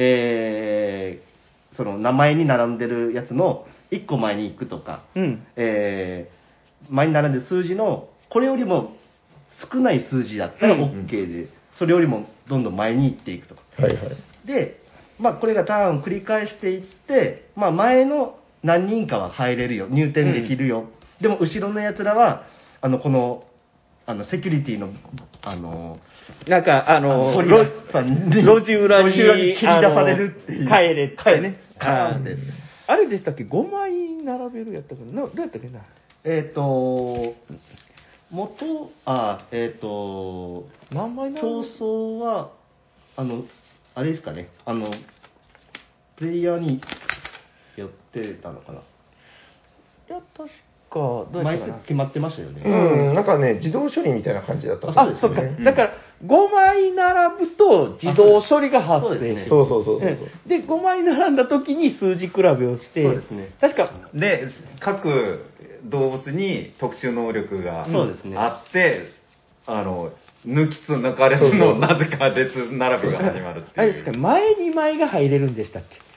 その名前に並んでるやつの1個前に行くとか、前に並んでる数字の、これよりも少ない数字だったら OK で、それよりもどんどん前に行っていくとか。 はいはい。 で、まあ、これがターンを繰り返していって、まあ、前の何人かは入れるよ、入店できるよ。でも、後ろの奴らは、この、セキュリティの、 なんか、 ゴリラさんに路地裏に切り出されるっていう。 帰れってね。 カーンって。 あれでしたっけ ?5 枚並べるやったかなどうやったっけな何枚並べ競る争は、あれですかね、プレイヤーによってたのかな。 いや、確か、どうや枚ったかな数決まってましたよね。 なんかね、自動処理みたいな感じだったあ、そっか。だから、5枚並ぶと自動処理が発生する。 そうそうそうそう。 で、5枚並んだ時に数字比べをして、 そうですね確か、 で、各動物に特殊能力がそうですねあって、抜きつ抜かれつのなぜか列並びが始まるっていう。 あれですか、前2枚が入れるんでしたっけ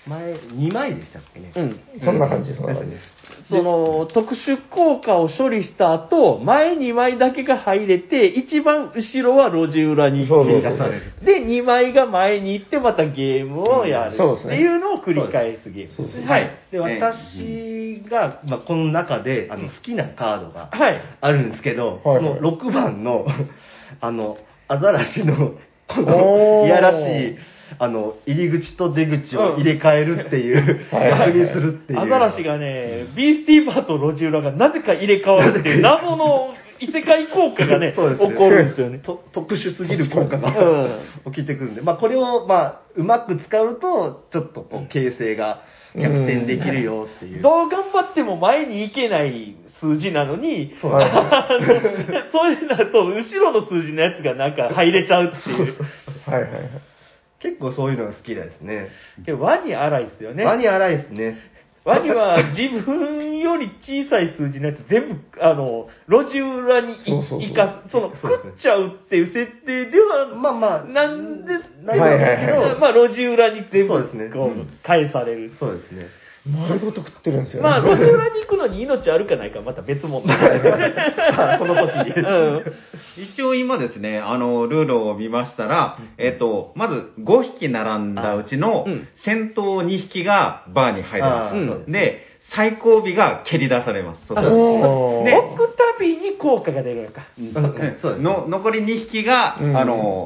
2枚でしたっけね。 そんな感じです、そんな感じです。 その、特殊効果を処理した後、前2枚だけが入れて、一番後ろは路地裏にそうそうそう出される。 で、2枚が前に行ってまたゲームをやるってそうですねいうのを繰り返すゲーム。 そうですね。 はい。 で、私が、この中で、好きなカードがはい。 あるんですけど、 はいこの6番の、アザラシの、こおの、 ーいやらしい、入り口と出口を入れ替えるっていう、 はい逆にするっていう。 アザラシがね、ビースティーバーと路地裏がなぜか入れ替わるっていう謎の異世界効果がね、 そうですね起こるんですよね。 特殊すぎる効果がうん起きてくるんで、これを、うまく使うと、ちょっとこう、形勢が逆転できるよっていう。 どう頑張っても前に行けない数字なのに、 そうはいそういうのだと、後ろの数字のやつがなんか入れちゃうっていう。 はいはいはい。 結構そういうのが好きですね。 けどワニ荒いですよね。 ワニ荒いですね。 ワニは自分より小さい数字のやつ全部、路地裏にそうそうそう行かす、食そうですねっちゃうっていう設定では、なんですないんですけど、 はい路地裏に全部そうですねこう返される。 そうですね。 丸ごと食ってるんですよね。 路地裏に行くのに命あるかないかまた別問題。 その時に。 うん一応今ですね、ルールを見ましたら、まず5匹並んだうちのうん先頭2匹がバーに入れまあす。 ーで、最後尾が蹴り出されます。そこおーで置くたびに効果が出るのか。 そうです。 残り2匹が、 うん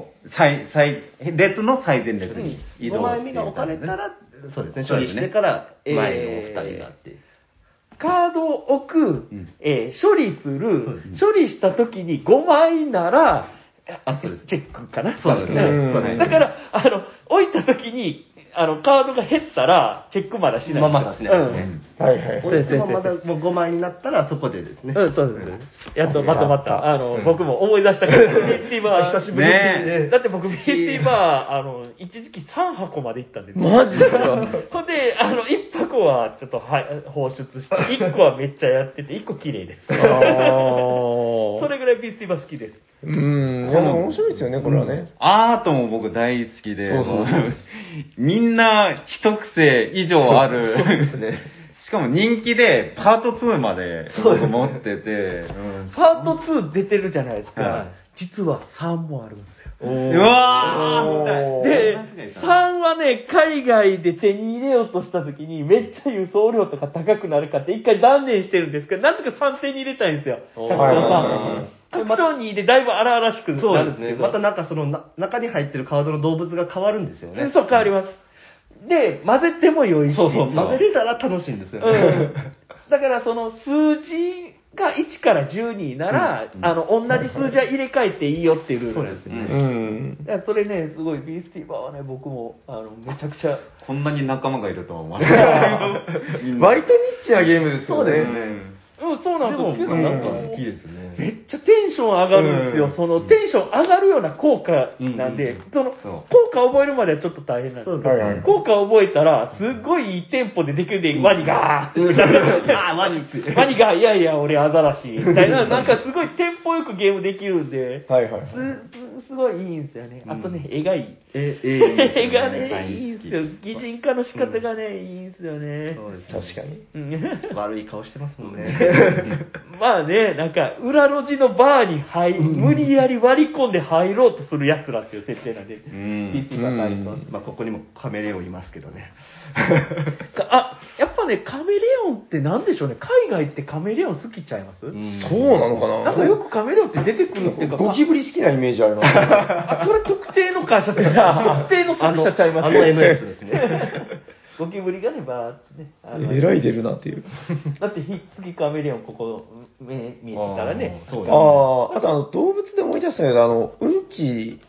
列の最前列に移動 5枚目が置かれたら、そうですね、処理してから前の2人があって。 カードを置く、 ん処理するそうですね、 処理した時に5枚なら、 そうですチェックかな。 そうですねんそうですねだから、置いた時に、カードが減ったら、チェックまだしない。 まだしないですね。 はいはい。 置いてもまだもう5枚になったらそこでですね。 そうです。やっとまとまった。 うん僕も思い出したから、ビースティーバー。 久しぶりにねだって僕、ビースティーバー、一時期3箱まで行ったんですよ。 マジですかほんで、1箱はちょっと放出して、1個はめっちゃやってて、1個綺麗です。 あそれぐらいビースティーバー好きです。 いや、面白いですよね、これはね。 アートも僕大好きで、 そうそうそうみんな一癖以上ある。しかも人気でパート2まで僕持ってて、 パート2出てるじゃないですか。 はい実は3もあるんですよ。 うわーで、3はね、海外で手に入れようとした時に、めっちゃ輸送料とか高くなるかって一回断念してるんですけど、なんとか3手に入れたいんですよ。拡張3。拡張2でだいぶ荒々しくなそうですね。 るんですけど。 またなんかその中に入ってるカードの動物が変わるんですよね。 そう変わります。で、混ぜても良いし。 そうそう。混ぜれたら楽しいんですよね。 うん。だからその数字が1から12なら、同じ数字は入れ替えていいよっていうルールなんですよ。だからそれね、すごい、ビースティーバーはね、僕も、めちゃくちゃ。 こんなに仲間がいるとは思わなかったけど。 割とニッチなゲームですよね。 そうですね。 そうなんですよ。 でも、なんか好きですね。 めっちゃテンション上がるんですよ。そのテンション上がるような効果なんで、その効果を覚えるまではちょっと大変なんですけど、 はいはい効果を覚えたら、すっごいいいテンポでできるで、ワニがーってあ、ワニって。 ワニが、いやいや、俺アザラシ、みたいな、なんかすごいテンポよくゲームできるんで、 はいはい。 すごいいいんですよね。あとね、絵がいい。 絵絵がね、いいんですよ。擬人化の仕方がね、いいんですよね。 そうですね。 確かに。 うん悪い顔してますもんね。 まあね、なんか、裏路地のバーに無理やり割り込んで入ろうとする奴らっていう設定なんで、 ん PC が入ります。 まあ、ここにもカメレオンいますけどね。 やっぱね、カメレオンってなんでしょうね。海外ってカメレオン好きちゃいます、 そうなのかななんかよくカメレオンって出てくるっていうか、 ゴキブリ好きなイメージあります。 あ、それ特定の会社って特定の作者ちゃいます MS ですね。 ゴキブリがね、バーってね。 えらい出るなっていう。 だって、ひっつきカメレオン、ここ、見えてたらね。 そうですね。 あと動物で思い出したけど、うんち。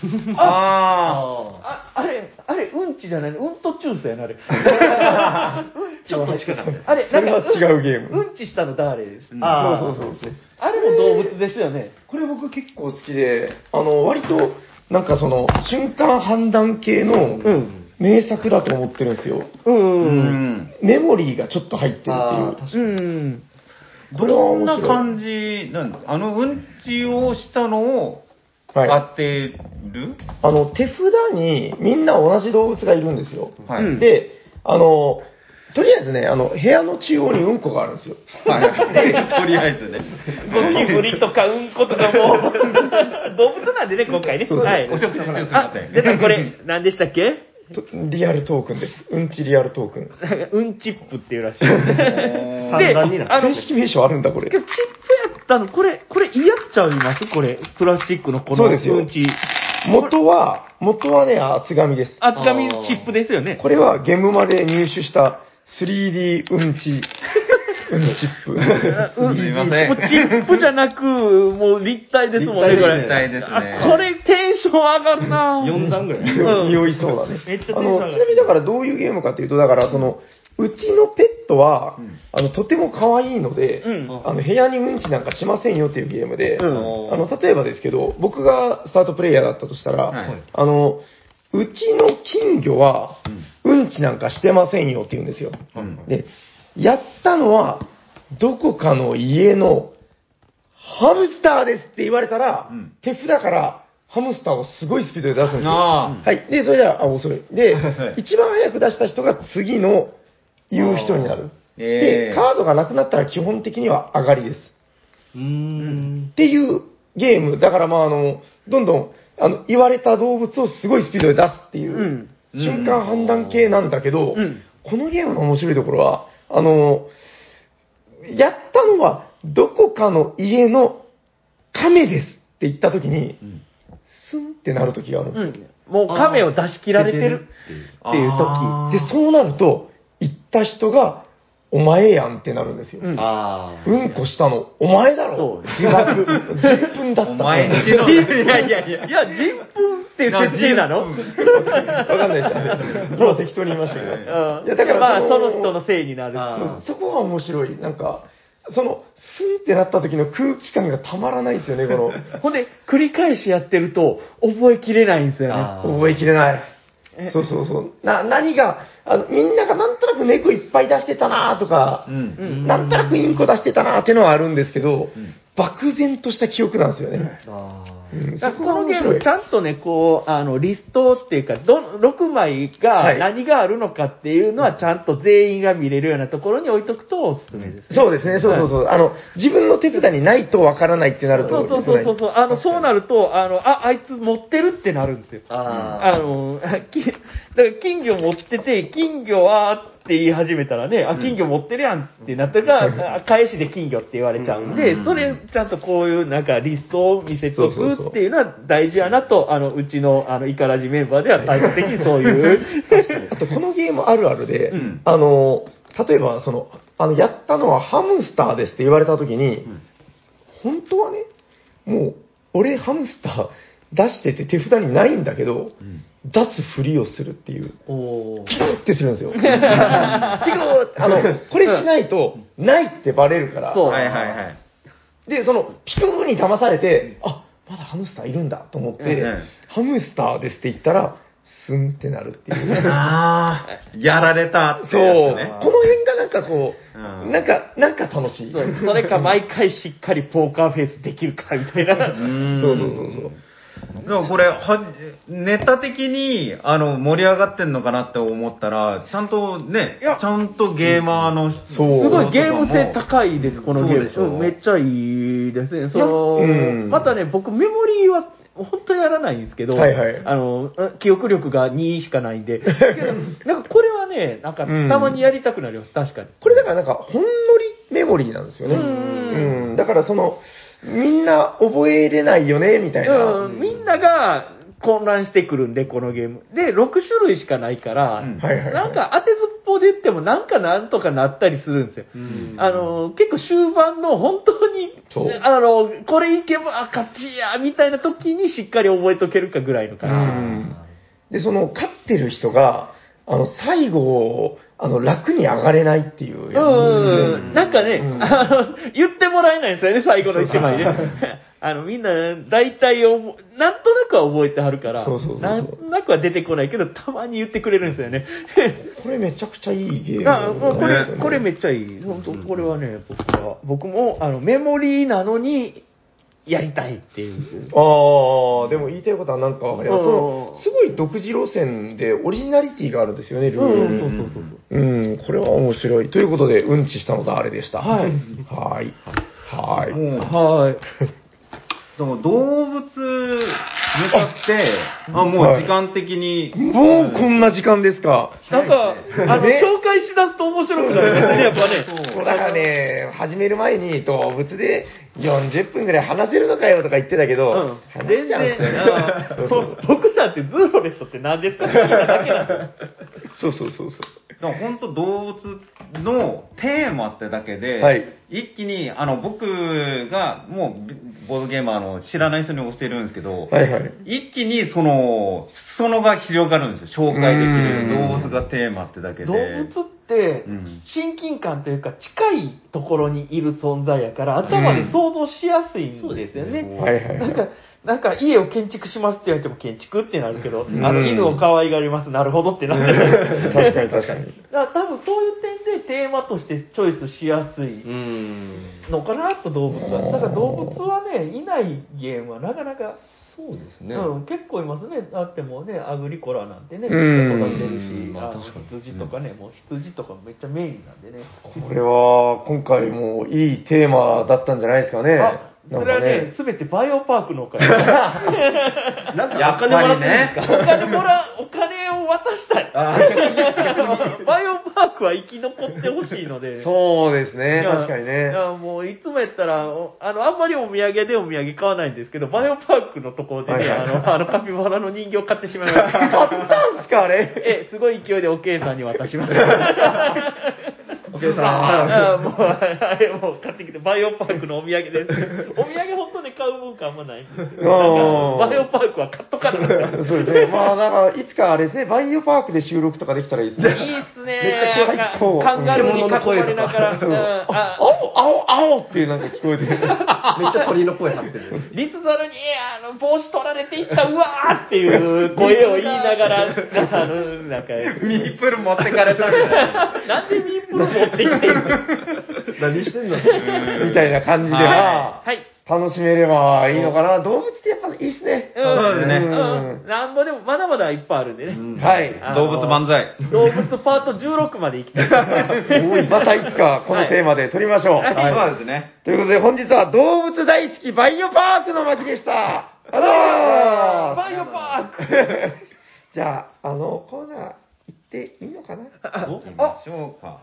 あれ、うんちじゃないの、うんとチュースやな、あれ。 ちょっと近かったです。 あれ、 それはなんか違うゲーム。 うんちしたの誰ですそうそう。 あれも動物ですよね。 これ僕結構好きで、割と、なんかその、瞬間判断系の名作だと思ってるんですよ。メモリーがちょっと入ってるっていう。これはどんな面白い。 感じなんですか？うんちをしたのをはい。 当てる、 手札にみんな同じ動物がいるんですよ。 はい。 で、 とりあえずね、部屋の中央にうんこがあるんですよ。 はい。とりあえずね。 ゴキブリとかうんことかも、動物なんでね、今回ね。 そうそうはい。 お食事中すいません。 出た、これ、何でしたっけリアルトークンです。うんちリアルトークン。 うんチップっていうらしい。 三段になって正式名称あるんだ、これ。 チップやったの、これいいやつちゃいますこれ、プラスチックのこのそうですようんち。 元はね、厚紙です。 厚紙チップですよね。 これはゲームまで入手した 3D うんち、うんチップ。 うんすいませんもうチップじゃなく、もう立体ですもんね、これ。 立体ですねあこれテンション上がるな 4段ぐらい。 うん匂いそうだね。 めっちゃテンシちョン上がるなみにだからどういうゲームかっていうと、だからうちのペットは、とても可愛いので、 うん部屋にうんちなんかしませんよっていうゲームで、 うん例えばですけど、僕がスタートプレイヤーだったとしたら、 はいうちの金魚は、うんちなんかしてませんよって言うんですよ。で、やったのは、どこかの家のハムスターですって言われたら、手札からハムスターをすごいスピードで出すんですよ。 あはい。で、それじゃあ、遅い。で、一番早く出した人が次の言う人になる。で、カードがなくなったら基本的には上がりです。っていうゲーム。だからどんどん、言われた動物をすごいスピードで出すっていう、 うん瞬間判断系なんだけど、 うんこのゲームの面白いところは、やったのは、どこかの家の亀ですって言った時に、スンってなる時があるんですよ。 もう亀を出し切られてるっていう時。 で、そうなると、行った人が、お前やんってなるんですよ。 うんうんこしたの、お前だろそう、自爆。 10分だった。 お前んちの、 いやいやいや、いや、10分っていう設定なのわかんないですよ。今適当に言いましたけど。 うんいやだからまあ、その人のせいになる。 そこが面白い。なんか、スンってなった時の空気感がたまらないですよね、 ほんで、繰り返しやってると、覚えきれないんですよね。 覚えきれない。そうそうそう。何が、みんながなんとなく猫いっぱい出してたなとか、なんとなくインコ出してたなっていうのはあるんですけど、漠然とした記憶なんですよね。 だからこのゲーム、ちゃんとね、リストっていうか、6枚が何があるのかっていうのは、ちゃんと全員が見れるようなところに置いとくとおすすめですね。 そうですね、そうそうそう。自分の手札にないとわからないってなると。 そう。そうなると、あいつ持ってるってなるんですよ。だから金魚持ってて、金魚はって言い始めたらね、金魚持ってるやんってなったら、返しで金魚って言われちゃうんで、それちゃんとこういうなんかリストを見せとくっていうのは大事やなと、うちのイカラジメンバーでは最終的にそういう。 あとこのゲームあるあるで、例えばやったのはハムスターですって言われたときに、本当はね、もう俺ハムスター出してて手札にないんだけど、出すふりをするっていう。ピクってするんですよ。ピクこれしないと、ないってバレるから。 そう。 はいはいはい。 で、ピクーに騙されて、まだハムスターいるんだと思って、ハムスターですって言ったら、スンってなるっていう。 やられたってそう。 やつね。 この辺がなんかなんか楽しい。 それか毎回しっかりポーカーフェイスできるかみたいな。 そう。 でもこれ、ネタ的に、盛り上がってんのかなって思ったら、ちゃんとね、ちゃんとゲーマーの人すごいゲーム性高いです、このゲーム。 そうでしょめっちゃいいですね。またね、僕メモリーは本当にやらないんですけど、記憶力が2しかないんで、けどなんかこれはね、なんかたまにやりたくなります、確かに。 これだからなんか、ほんのりメモリーなんですよね。だからみんな覚えれないよね、みたいな。 みんなが混乱してくるんで、このゲーム。で、6種類しかないから、なんか当てずっぽうで言ってもなんとかなったりするんですよ。結構終盤の本当に、これいけば勝ちや、みたいな時にしっかり覚えとけるかぐらいの感じ。で、勝ってる人が、最後、楽に上がれないっていうやつ。 なんかね、言ってもらえないんですよね、最後の一枚で。みんな、大体なんとなくは覚えてはるから、なんとなくは出てこないけど、たまに言ってくれるんですよね。 これめちゃくちゃいいゲーム。これめっちゃいい。本当これはね、僕も、メモリーなのに、 やりたいっていう。 ああ、でも言いたいことはなんかわかります。すごい独自路線でオリジナリティがあるんですよね、ルールに。うん、これは面白い。ということで、うんちしたのがあれでした。はい。はい。はい。 はい。 動物向かって、もう時間的に。 もうこんな時間ですか。 なんか、紹介しだすと面白くなるね、やっぱね。 そう、だからね、始める前に動物で40分ぐらい話せるのかよとか言ってたけど、 全然、僕なんてズーロレットって何ですかって聞いただけなんだよ。 そう。 だから本当動物のテーマってだけで、 はい、 一気に、僕がもうボードゲーマーの知らない人に教えるんですけど、 はいはい、 一気に裾野が広がるんですよ。紹介できる動物がテーマってだけで。 動物って親近感というか近いところにいる存在やから頭で想像しやすいんですよね。なんか家を建築しますって言われても建築ってなるけど、犬を可愛がります、なるほどってなってる。 確かに確かに。 だから多分そういう点でテーマとしてチョイスしやすいのかなと、動物は。だから動物はね、いないゲームはなかなか。 そうですね。 結構いますね。あってもね、アグリコラなんてね、めっちゃ育てるし、羊とかね、もう羊とかめっちゃメインなんでね。 これは、今回もいいテーマだったんじゃないですかね。 それはね、すべてバイオパークのお金。 なんか、お金もらってるんですか？ お金を渡したい。バイオパークは生き残ってほしいので。 そうですね、確かにね。 いや、もういつもやったら、あんまりお土産でお土産買わないんですけど、バイオパークのところでね、カピバラの人形買ってしまいました。 買ったんすか、あれ？ すごい勢いでおけいさんに渡しました。 おけいさん。 もう買ってきて、バイオパークのお土産です。お土産本当に買う文化あんまないんですけど、バイオパークは買っとかない。 そうですね。まあ、なんか、いつかあれですね、バイオパークで収録とかできたらいいですね。 いいっすね。 めっちゃ最高。 カンガルーに囲まれながら。 青っていうなんか聞こえてる。めっちゃ鳥の声張ってる。 リスザルに、帽子取られていった、うわーっていう声を言いながら、なんか、 ミープル持ってかれたみたいな。 なんでミープル持ってきてんの？ 何してんのみたいな感じでは、楽しめればいいのかな。動物ってやっぱいいっすね。 そうですね。 なんぼでも、まだまだいっぱいあるんでね。 はい。 動物万歳。 動物パート16まで行きたい。 またいつかこのテーマで撮りましょう。 そうですね。 ということで本日は動物大好きバイオパークの街でした。 バイオパークじゃあ、コーナー行っていいのかな？ 行きましょうか。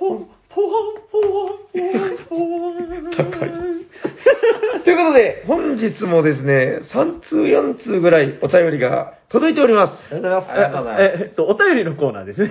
高い。ということで、本日もですね、3通4通ぐらいお便りが届いております。 ありがとうございます。 お便りのコーナーですね。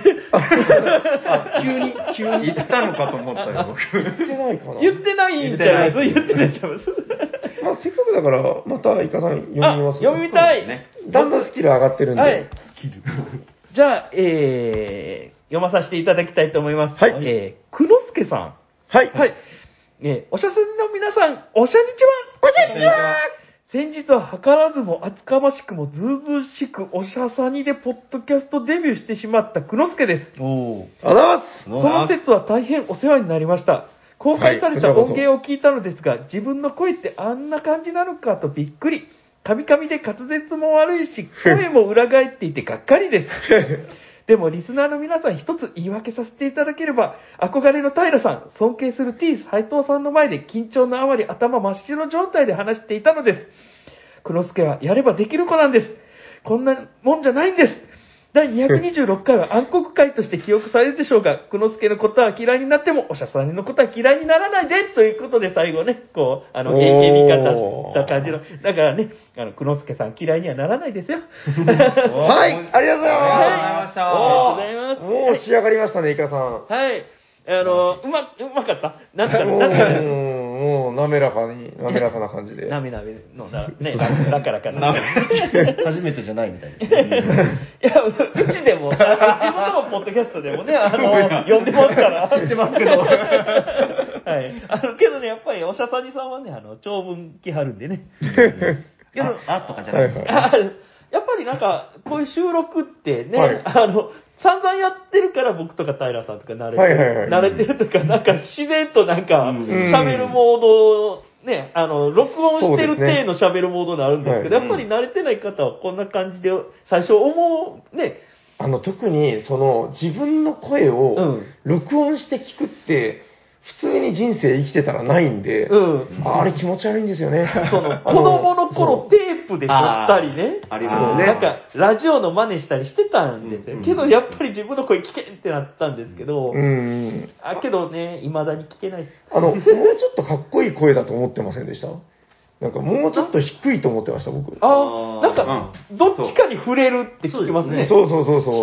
急に言ったのかと思ったよ、僕。 言ってないかな？ 言ってないんじゃないです。言ってないんちゃいます。 まあ、せっかくだから、またイカさん読みます。 読みたい。 だんだんスキル上がってるんで。 はい。スキル。じゃあ、読まさせていただきたいと思います。 はい。 くのすけさん。 はい。 はい。おしゃすみの皆さん、おしゃにちは。 おしゃにちは。 先日は図らずも厚かましくもずうずうしくおしゃさにでポッドキャストデビューしてしまったくのすけです。 ありがとうございます。 その説は大変お世話になりました。公開された音源を聞いたのですが、自分の声ってあんな感じなのかとびっくり。カミカミで滑舌も悪いし、声も裏返っていてがっかりです。でもリスナーの皆さん一つ言い訳させていただければ、憧れの平さん、尊敬する T 斉藤さんの前で緊張のあまり頭真っ白状態で話していたのです。くのすけはやればできる子なんです。こんなもんじゃないんです。第226回は暗黒会として記憶されるでしょうが、くのすけのことは嫌いになっても、おしゃさんのことは嫌いにならないで、ということで最後ね、こう、笑み方した感じの、だからね、くのすけさん嫌いにはならないですよ。 はい、ありがとうございます。 ありがとうございます。 もう仕上がりましたね、イカさん。 はい。うまかったなんか、 もう、滑らかな感じで。 なめなめの、ね、だからかな。 初めてじゃないみたいですね。 いや、うちでも、自分のポッドキャストでもね、呼んでますから。 知ってますけど。 はい。けどね、やっぱり、おしゃさにさんはね、長文来はるんでね。 とかじゃないですか。 やっぱりなんか、こういう収録ってね、散々やってるから僕とか平さんとか慣れてるとか、なんか自然となんか、喋るモードね、録音してる体の喋るモードになるんですけど、 はいやっぱり慣れてない方はこんな感じで、最初思う、ね、 特に、自分の声をうん録音して聞くって、普通に人生生きてたらないんで、あれ気持ち悪いんですよね。 子供の頃テープで撮ったりね、 ありますね。 なんか、ラジオの真似したりしてたんですよ。けど、やっぱり自分の声聞けんってなったんですけど、けどね、未だに聞けないです。 もうちょっとかっこいい声だと思ってませんでした？なんかもうちょっと低いと思ってました、僕。 なんか、どっちかに触れるって聞きますね。 そう。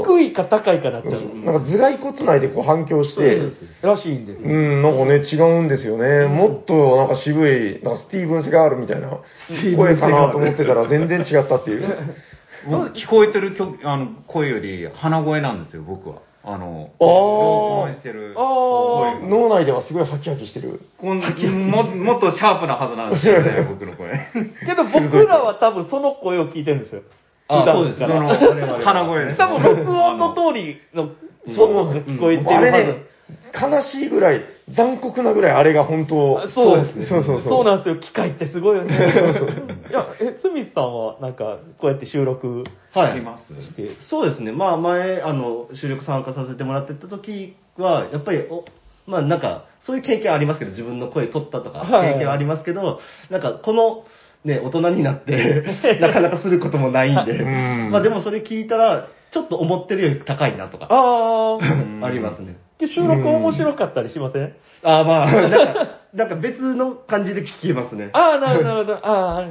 低いか高いかなっちゃう。 なんか頭蓋骨内でこう反響して、 らしいんですよ。 なんかね、違うんですよね。もっとなんか渋い、なんかスティーブン・セガールみたいな声かなと思ってたら全然違ったっていう。 僕聞こえてる声より鼻声なんですよ、僕は。録音してる声が。 脳内ではすごいハキハキしてる。 もっとシャープなはずなんですよね、僕の声。 けど僕らは多分その声を聞いてるんですよ。 そうです。 鼻声です。 多分録音の通りの音が聞こえてるはず。 あれね、悲しいぐらい、残酷なぐらいあれが本当。 そうですね。 そうそうなんですよ。機械ってすごいよね。いや、スミスさんはなんか、こうやって収録はい。 して。 そうですね。まあ前、収録参加させてもらってた時は、やっぱり、まあなんか、そういう経験ありますけど、自分の声取ったとか、経験はありますけど、なんかこの、ね、大人になってなかなかすることもないんで、まあでもそれ聞いたら、ちょっと思ってるより高いなとか、ありますね。 で、収録面白かったりしません？ まあ、なんか別の感じで聞けますね。 なるほど。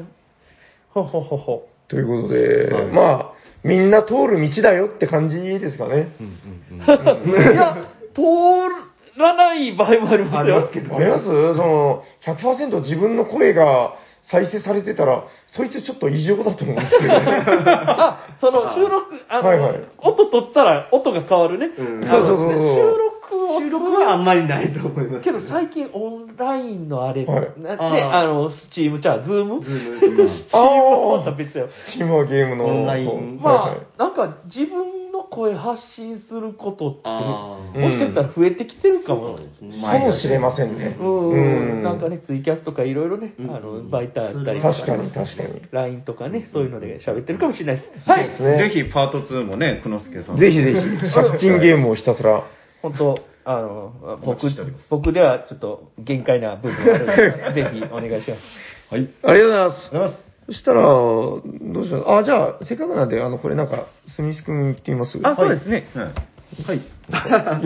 ほ。 ということで、まあ、みんな通る道だよって感じですかね。 いや、通らない場合もありますよ。 あります ?100% 自分の声が再生されてたら、そいつちょっと異常だと思うんですけどね。 その収録、音取ったら音が変わるね。 そう。 収録はあんまりないと思いますけど最近オンラインのあれ、 はいね、スチーム、ズームとか。 スチームはまた別だよ。 スチームはゲームの。 オンラインなんか自分の声発信することって、 ももしかしたら増えてきてるかも。 かもしれませんね。 なんかね、ツイキャスとかいろいろね、媒体あったりとか。 確かに。 LINE とかね、そういうので喋ってるかもしれないです。 はい。ぜひパート2もね、久之助さん。 ぜひ。借金ゲームをひたすら。 本当僕ではちょっと限界な部分があるので、ぜひお願いします。 はい。ありがとうございます。そしたら、どうしよう。じゃあ、せっかくなんで、これなんか、スミス君言ってみます？ そうですね。 はい。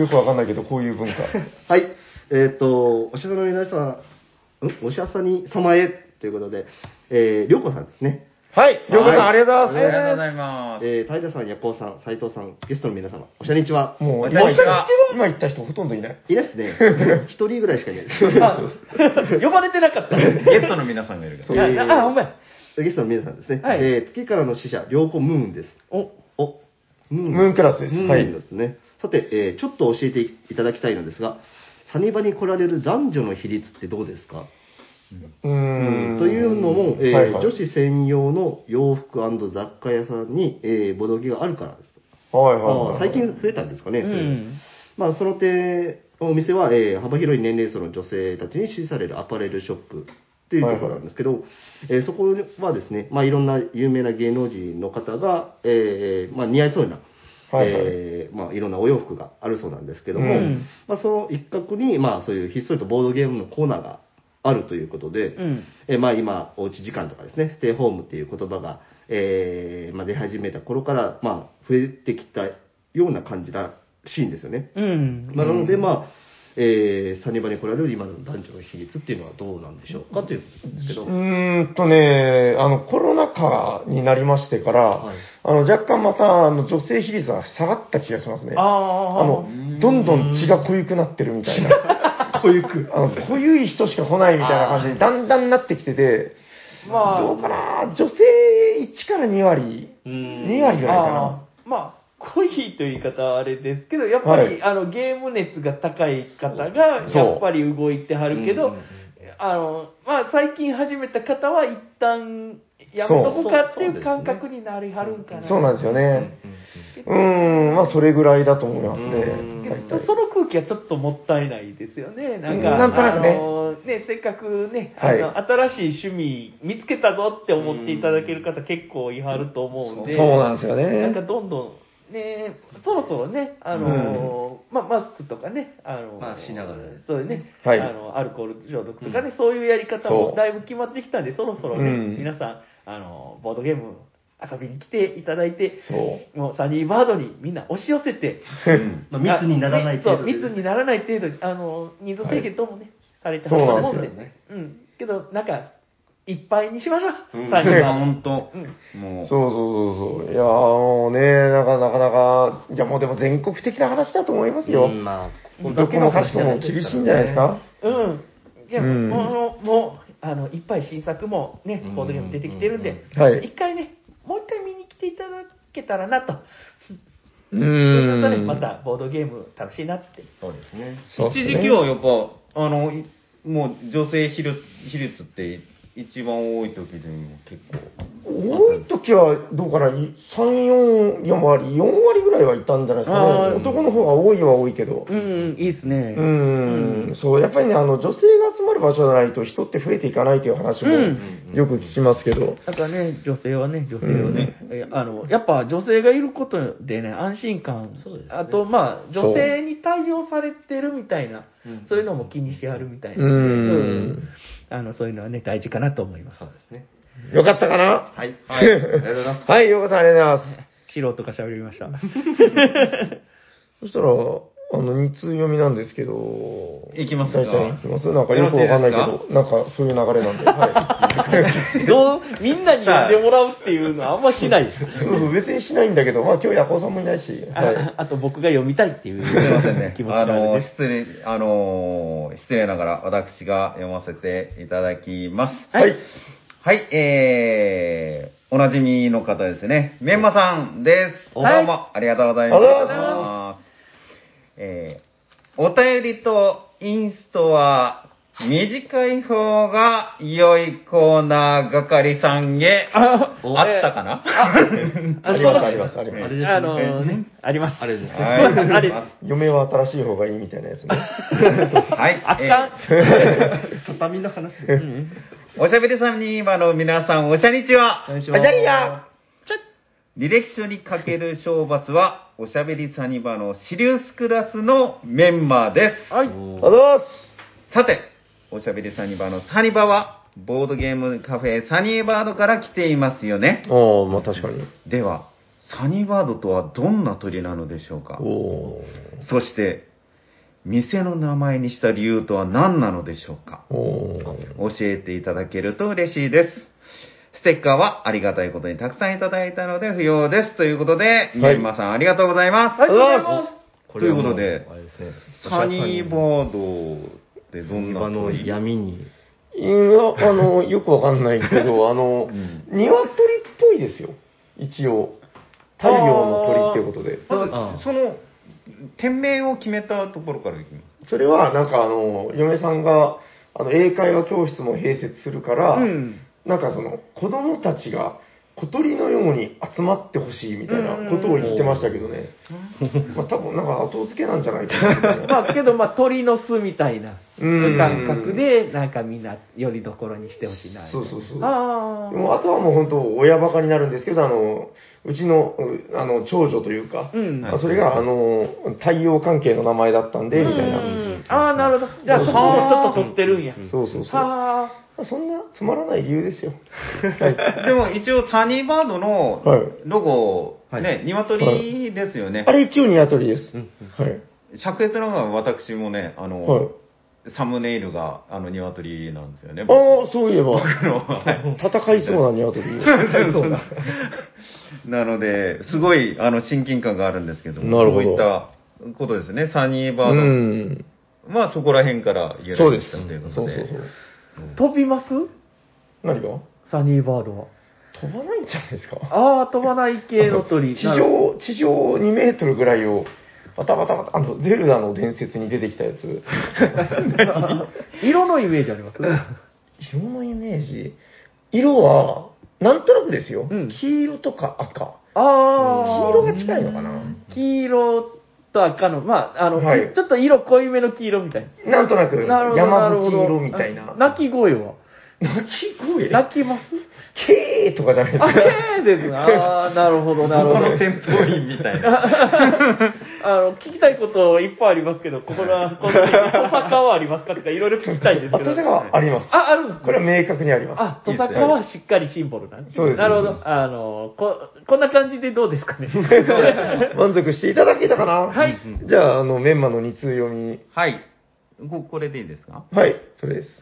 よくわかんないけど、こういう文化。 はい。おしゃさの皆さん、おしゃさに様へということで、りょうこさんですね。 はい。りょうこさん、ありがとうございます。 ありがとうございます。 平さん、やこうさん、斉藤さん、ゲストの皆様、おしゃにちは。 もう、今言った人ほとんどいない。 いないですね。一人ぐらいしかいないです。 呼ばれてなかった。 ゲストの皆さんがいるから。 ほんまや。 ゲストの皆さんですね。 はい、 月からの使者、りょうこムーンです。 ムーンクラスです。 はい。ですね。さて、ちょっと教えていただきたいのですが、サニバに来られる男女の比率ってどうですか？というのも、女子専用の洋服&雑貨屋さんに、ボドゲがあるからですと。最近増えたんですかね。まあ、その点、お店は、幅広い年齢層の女性たちに支持されるアパレルショップというところなんですけど、そこはですね、まあ、いろんな有名な芸能人の方が、まあ、似合いそうな、まあ、いろんなお洋服があるそうなんですけども、まあ、その一角に、まあ、そういうひっそりとボードゲームのコーナーがあるということで、まあ今、おうち時間とかですね、ステイホームっていう言葉が、まあ、出始めた頃から、まあ、増えてきたような感じらしいんですよね。まあ、なので、まあ、サニバに来られる今の男女の比率っていうのはどうなんでしょうかということですけど。 コロナ禍になりましてから、若干また女性比率が下がった気がしますね。どんどん血が濃ゆくなってるみたいな。濃ゆい人しか来ないみたいな感じにだんだんなってきてて、どうかな、女性1から2割、2割ぐらいかな。 まあ濃いという言い方はあれですけど、やっぱり、ゲーム熱が高い方が、やっぱり動いてはるけど、まあ、最近始めた方は一旦やめとこうかっていう感覚になりはるんかな。 そうなんですよね。 まあそれぐらいだと思いますね。大体その空気はちょっともったいないですよね。なんか、 なんとなくねせっかくね、 はい新しい趣味見つけたぞって思っていただける方結構いはると思うんで、 そうなんですよね。 なんかどんどん、ね、そろそろね、マスクとかね、 まあしながらですねそういうね、 はいアルコール消毒とかね、そういうやり方もだいぶ決まってきたんで、そろそろね、皆さん、ボードゲーム遊びに来ていただいて、もうサニーバードにみんな押し寄せて、 まあ密にならない程度でねそう密にならない程度に、人数制限ともね、されてそうなんと思ですよね。 けど、なんか、いっぱいにしましょう、 うんサニーバード。 本当、もう。 そう。いやーもうね、なかなか、いやもうでも全国的な話だと思いますよ。 まあ、 どこもかしこも厳しいんじゃないですか。 いや、もう、いっぱい新作もね、ボードゲーム出てきてるんで、 はい一回ね、もう一回見に来ていただけたらなと。 うそうするとね、 ん。 またボードゲーム楽しいなって。 そうですね。 そうですね一時期はやっぱ、もう女性比率って一番多い時でも結構。 多い時はどうかな、3、4割、4割ぐらいはいたんじゃないですかね。男の方が多いは多いけど。 いいですね。 そう、やっぱりね、女性が集まる場所じゃないと人って増えていかないという話もよく聞きますけど。 だからね、女性はね、やっぱ女性がいることでね、安心感、 そうですねあと、まあ、女性に対応されてるみたいな、そういうのも気にしはるみたいなので、そういうのはね、大事かなと思います。 そうですね。 よかったかなはい。 はい、ありがとうございます。 はい、よかった、ありがとうございます。 素人が喋りました。 そしたら、2通読みなんですけど、 いきますか大ちゃんいきますなんかよくわかんないけど、なんかそういう流れなんで、はい。 みんなに呼んでもらうっていうのはあんましない。 そう、別にしないんだけど、まあ今日ヤコウさんもいないし、はい。 あと僕が読みたいっていうすいませんね。 気持ちがあるんです。 失礼ながら私が読ませていただきます。 はい。 はい、おなじみの方ですね。メンマさんです。どうも、 はいありがとうございます。 ありがとうございまお便りとインストは短い方が良いコーナー係さんへあったかなあります、あります、あります。 あります。 あれです。 はい、 あれ嫁は新しい方がいいみたいなやつね。 はい、 あかん。 畳の話で。 おしゃべりさんに今の皆さん、おしゃにちは。 お願いしあ、じゃあいいや。 履歴書にかける賞罰は、おしゃべりサニバのシリウスクラスのメンバーです。 はい。 ありがとうございます。 さて、おしゃべりサニバのサニバは、ボードゲームカフェサニーバードから来ていますよね。 ああ、まあ確かに。 では、サニーバードとはどんな鳥なのでしょうか。 おそして、店の名前にした理由とは何なのでしょうか。 お教えていただけると嬉しいです。ステッカーはありがたいことにたくさんいただいたので不要です。ということで、メンマさんありがとうございます。 ありがとうございます。 ということであれですね。 サニーバードってどんな今の鳥？ 闇に。 いや、よくわかんないけど、鶏っぽいですよ。一応。太陽の鳥っていうことで。 まずその、店名を決めたところからいきます。 それは、なんか嫁さんが、英会話教室も併設するから、なんか子供たちが小鳥のように集まってほしいみたいなことを言ってましたけどね。まあ多分なんか後付けなんじゃないかなみたいな。 まあけど、まあ鳥の巣みたいなうん感覚で、なんかみんなよりどころにしてほしいな。 そうそうそう。 あでもあとはもう本当親バカになるんですけど、うちの、長女というか、 うんそれが、太陽関係の名前だったんで、みたいな。 ああ、なるほど。じゃあそこもちょっと取ってるんや。 そうそうそう。 はまあそんなつまらない理由ですよ。はい。 でも一応サニーバードのはいロゴ、 はいね、鶏ですよね。 あれ一応ニワトリです。はい。 灼熱なのが私もね、 はい。 サムネイルが鶏なんですよね。 ああ、そういえば、 はい戦いそうなニワトリ。そうだ。 なので、すごい親近感があるんですけども、 なるほどそういったことですね。サニーバうード。 ん。 まあそこら辺から由そうです。 来したということで。 そうそうそう。 飛びます何がサニーバードは。 飛ばないんじゃないですか。 ああ、飛ばない系の鳥。 地上2メートルぐらいを、バタバタバタ、ゼルダの伝説に出てきたやつ。 色のイメージあります色のイメージ。色は、なんとなくですよ。 うん黄色とか赤。 ああ。 黄色が近いのかな。 黄色と赤の、まあ、 はいちょっと色濃いめの黄色みたいな。 なんとなく、 なるほど山吹色みたいな。 鳴き声は鳴き声鳴きますケーとかじゃないですか。 あ、けーですね。ああ、なるほど、なるほど。 この戦闘員みたいな。 聞きたいこといっぱいありますけど、このトサカはありますかとかいろいろ聞きたいんですけど。 トサカはあります。 あるんですかこれは明確にあります。 あ、トサカはしっかりシンボルなんです。 そうですなるほど。こんな感じでどうですかね。 満足していただけたかなはい。 じゃあ、メンマの2通読み。 はい。これでいいですか？ はい、それです。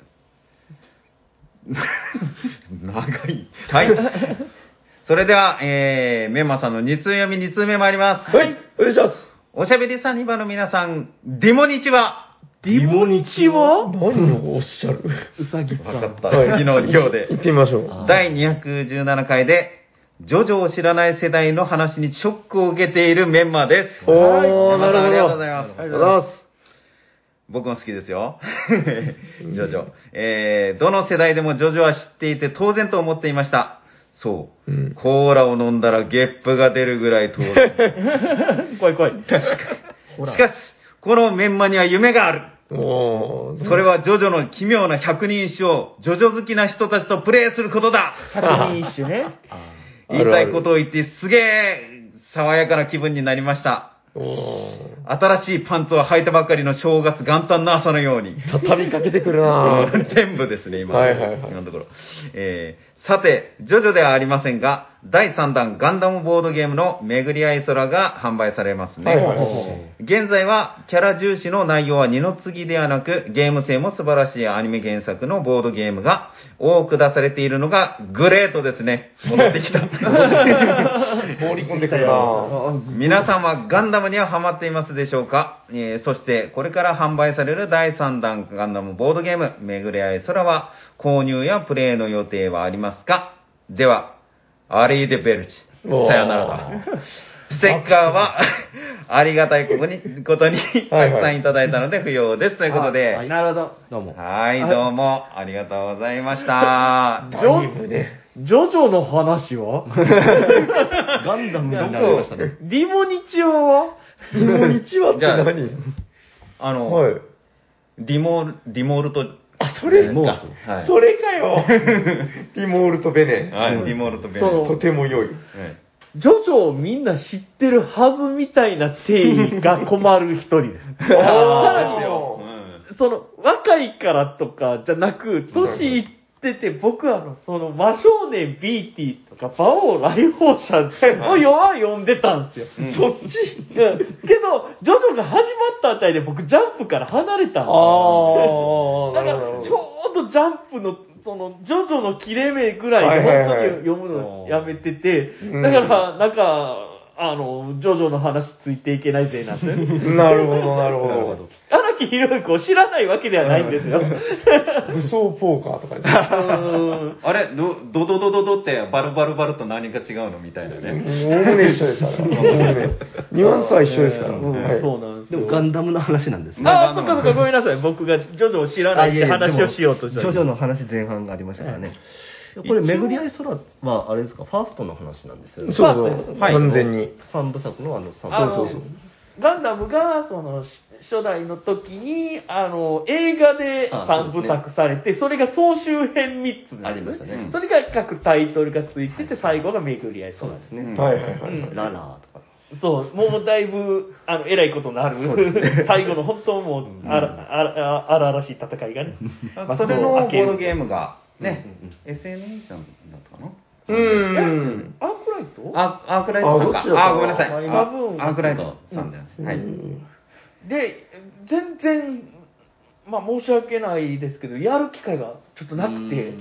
長い。はい。それでは、メンマさんの2通読み2通目参ります。 はい、お願いします。 おしゃべりサニバの皆さん、ディモニチはディモニチは何をおっしゃるうさぎさん。 わかった。 はい次の行で。 行ってみましょう。 第217回で、ジョジョを知らない世代の話にショックを受けているメンマです。 おはいー、なるほど。 ありがとうございますありがとうございます。 僕も好きですよ。ジョジョ。どの世代でもジョジョは知っていて当然と思っていました。そう。 うんコーラを飲んだらゲップが出るぐらい当然。 怖い怖い。 しかし、このメンマには夢がある。 おー、 それはジョジョの奇妙な百人一首をジョジョ好きな人たちとプレイすることだ。 百人一首ね。 言いたいことを言ってすげえ爽やかな気分になりました。 お新しいパンツを履いたばかりの正月元旦の朝のように。 ー、畳みかけてくるなぁ。 全部ですね、今。 はいはいはい今のところ。さて、ジョジョではありませんが、第3弾ガンダムボードゲームの巡り合い空が販売されますね。 はいはいはい現在はキャラ重視の内容は二の次ではなく、ゲーム性も素晴らしいアニメ原作のボードゲームが多く出されているのがグレートですね。戻ってきた。 放り込んでくるなぁ。 皆さんはガンダムにはハマっていますでしょうか？そしてこれから販売される第3弾ガンダムボードゲーム巡り合い空は購入やプレイの予定はありますか？では、アリーデ・ベルチ。 おーさよならだ。ステッカーはありがたいことにたくさんいただいたので不要です。ということで、 なるほど。 どうも。 はい、どうもありがとうございました。 ジョジョの話はガンダムになりましたね。 ディモニチュアはこんにちはってじゃあ何はい。 はい。 ディモールと、 あ、それもうはい。 それかよ。ティモールとベネ。 はい、ディモールとベネ。 そのとても良い。 はいジョジョをみんな知ってるはずみたいな定義が困る一人です。 そうですよ。 その、若いからとかじゃなく、年いってて、僕はその、魔少年ビーティーとか、馬王来訪者を読んでたんですよ。 うんそっちけど、ジョジョが始まったあたりで僕、ジャンプから離れたんですよ。 あだから、ちょうどジャンプの、その、ジョジョの切れ目ぐらいで、本当に読むのやめてて、 うんだから、なんか、ジョジョの話ついていけないぜ、なんて。 なるほど、なるほど。 荒木宏之を知らないわけではないんですよ。 武装ポーカーとかです。 あれ、ドドドドドってバルバルバルと何が違うのみたいなね。 おおむね一緒ですから。おおむね。ニュアンスは一緒ですから。 うんはいそうなんですよ。 でもガンダムの話なんですね。 ああ、そっかそっか、ごめんなさい。僕がジョジョを知らないって話をしようとした。 ジョジョの話前半がありましたからね。これ、巡り合い空は、あれですか、ファーストの話なんですよね。 そうそうそう。 はい完全に。 三部作の3 そうそう。ガンダムが、その、初代の時に、映画で3部作されて、それが総集編3つなんです、 ありましたねそれが各タイトルがついてて、最後が巡り合いそうなんですね。 うんはいはいはい。 ララーとか。 そう、もうだいぶ、えらいことになる。最後の本当もう、荒々しい戦いがね。 それのボードゲームが、ね、SNE さんだったかなうーん。 アークライトアークライトさんか。 どっちだったごめんなさい。 多分アークライトさんだよね。はい。 で、全然、まあ申し訳ないですけど、やる機会がちょっとなくて、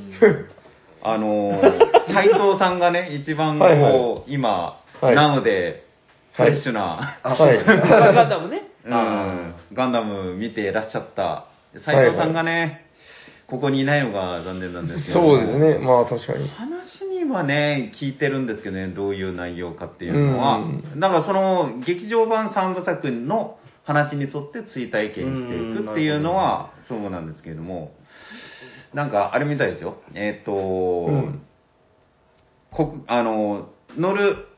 斎藤さんがね、一番はいはこう、今、 はいなので、フレッシュな、 はい。 ガンダムね。 ガンダム見ていらっしゃった斎藤さんがね、ここにいないのが残念なんですけど。 そうですね。まあ確かに。 話にはね、聞いてるんですけどね、どういう内容かっていうのは、なんかその劇場版3部作の話に沿って追体験していくっていうのはそうなんですけれども、なんかあれみたいですよ。乗る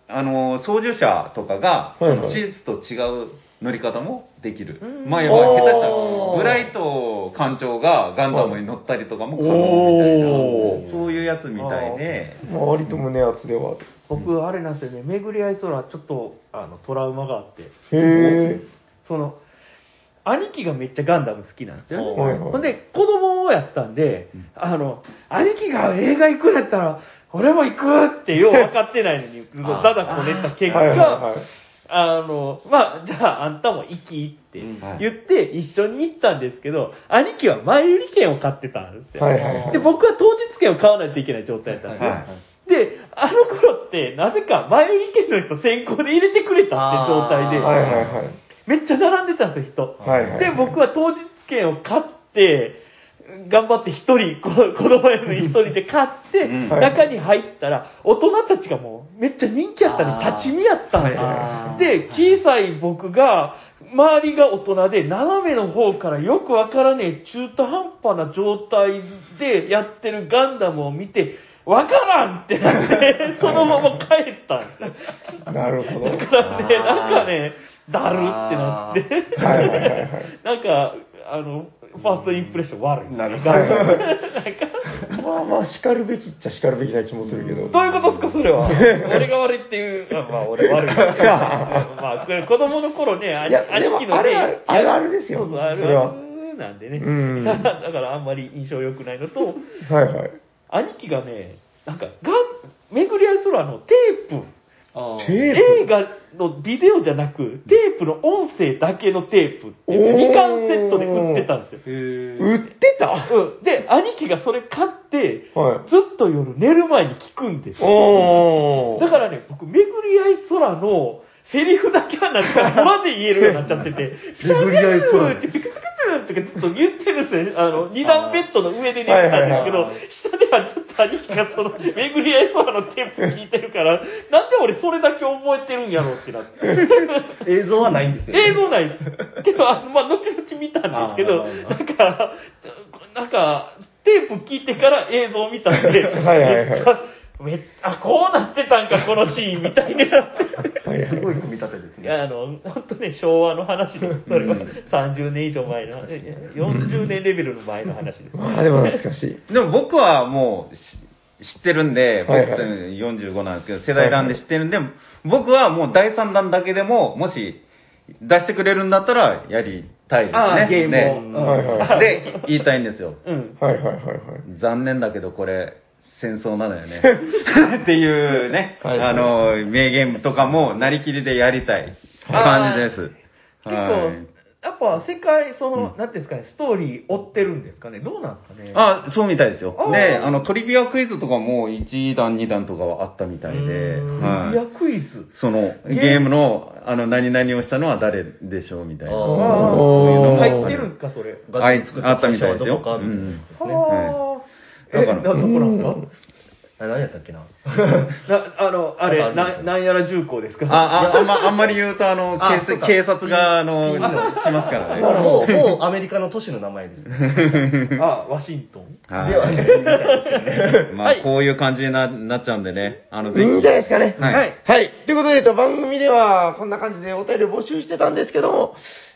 操縦者とかが、 はいはい手術と違う乗り方もできる。まあ、下手したら、ブライト艦長がガンダムに乗ったりとかも可能みたいな、そういうやつみたいで。 まあ、割と胸熱ではある。 僕、あれなんですよね、巡り合い空、ちょっとトラウマがあって、 へ兄貴がめっちゃガンダム好きなんですよね。 はいはいほんで、子供やったんで、兄貴が映画行くんやったら、俺も行くってよう分かってないのに、ただこねた結果、 はいはいはいまあ、じゃああんたも行きって言って一緒に行ったんですけど、兄貴は前売り券を買ってたんですよ。 はいはいはいで、僕は当日券を買わないといけない状態だったんですよ。 はいで、あの頃って、なぜか前売り券の人先行で入れてくれたって状態で、 はいはいはい。 めっちゃ並んでたんですよ、人。 はいはいで、僕は当日券を買って、頑張って一人、子供より一人で買って、 うん中に入ったら、大人たちがもうめっちゃ人気あったんで、立ち見やったんですよ。で、小さい僕が、周りが大人で、斜めの方からよくわからねえ中途半端な状態でやってるガンダムを見て、わからんってなって、そのまま帰ったんですよ。 なるほど。 だからね、なんかね、だるってなって、 はいはいはいはい。 なんか、ファーストインプレッション悪い。 なるほど。なんか、 まあまあ、叱るべきっちゃ叱るべきな気もするけど。 どういうことですか、それは。俺が悪いっていう、まあ、俺悪い。まあ、これ子供の頃ね、 いや、でも兄貴のね、 あるある、あるあるですよ。 そうそう、あそれは。 るあるなんでね。 うんだからあんまり印象良くないのと、 はいはい。 兄貴がね、なんか、巡り合い空のテープ、 テー映画のビデオじゃなく、テープの音声だけのテープって、2巻セットで売ってたんですよ。 売ってたうん。で、兄貴がそれ買って、 はい。 ずっと夜寝る前に聞くんですよ。 おー。 だからね、僕、巡り合い空のセリフだけはなんか空で言えるようになっちゃってて、 巡り合い空ってピクピクピクとかずっと言ってるんですよ。二段ベッドの上で寝てたんですけど、下ではずっと兄貴がその巡り合い空のテープ聞いてるから、なんで俺それだけ覚えてるんやろうってなって。 映像はないんですよね。 映像ないです。けど、まあ、後々見たんですけど、なんか、テープ聞いてから映像を見たんで、 はいはいはいめっちゃ、こうなってたんか、このシーンみたいになって。 はいはいすごい組み立てですね。 いや、本当ね、昭和の話です。それは30年以上前の、40年レベルの前の話です。 まあでも懐かしい。 でも僕はもう知ってるんで、僕はいはいって45なんですけど、世代なんで知ってるんで、僕はもう第3弾だけでも、もし出してくれるんだったらやりたいですね。 ああ、ゲームを。 はいはい。 で、言いたいんですよ。 うん。 はいはいはいはい。 残念だけどこれ、戦争なのよね。っていうね、 はい名言とかもなりきりでやりたい感じです。 結構、 はいやっぱ世界、なんていうんですかね、ストーリー追ってるんですかね。どうなんですかね。 あ、そうみたいですよあ。ーで、トリビアクイズとかも1段、2段とかはあったみたいで、 トリビアはい。 クイズ。 その、ゲームの、何々をしたのは誰でしょうみたいな。 ああ、 そういうのも入ってるんか、それ。 あったみたいですよどこかみたいなやつですね。 はあ。 だからどこなんですか何やったっけな。 あれ、なんやら重工ですかあんまり言うと、 そうか警察が、来ますからね。 もうアメリカの都市の名前ですね。 ワシントンはいではないみたいですけどね。 まあ、こういう感じになっちゃうんでね。 いいんじゃないですかね。 はいはい。 はい。ということで、番組ではこんな感じでお便りを募集してたんですけども、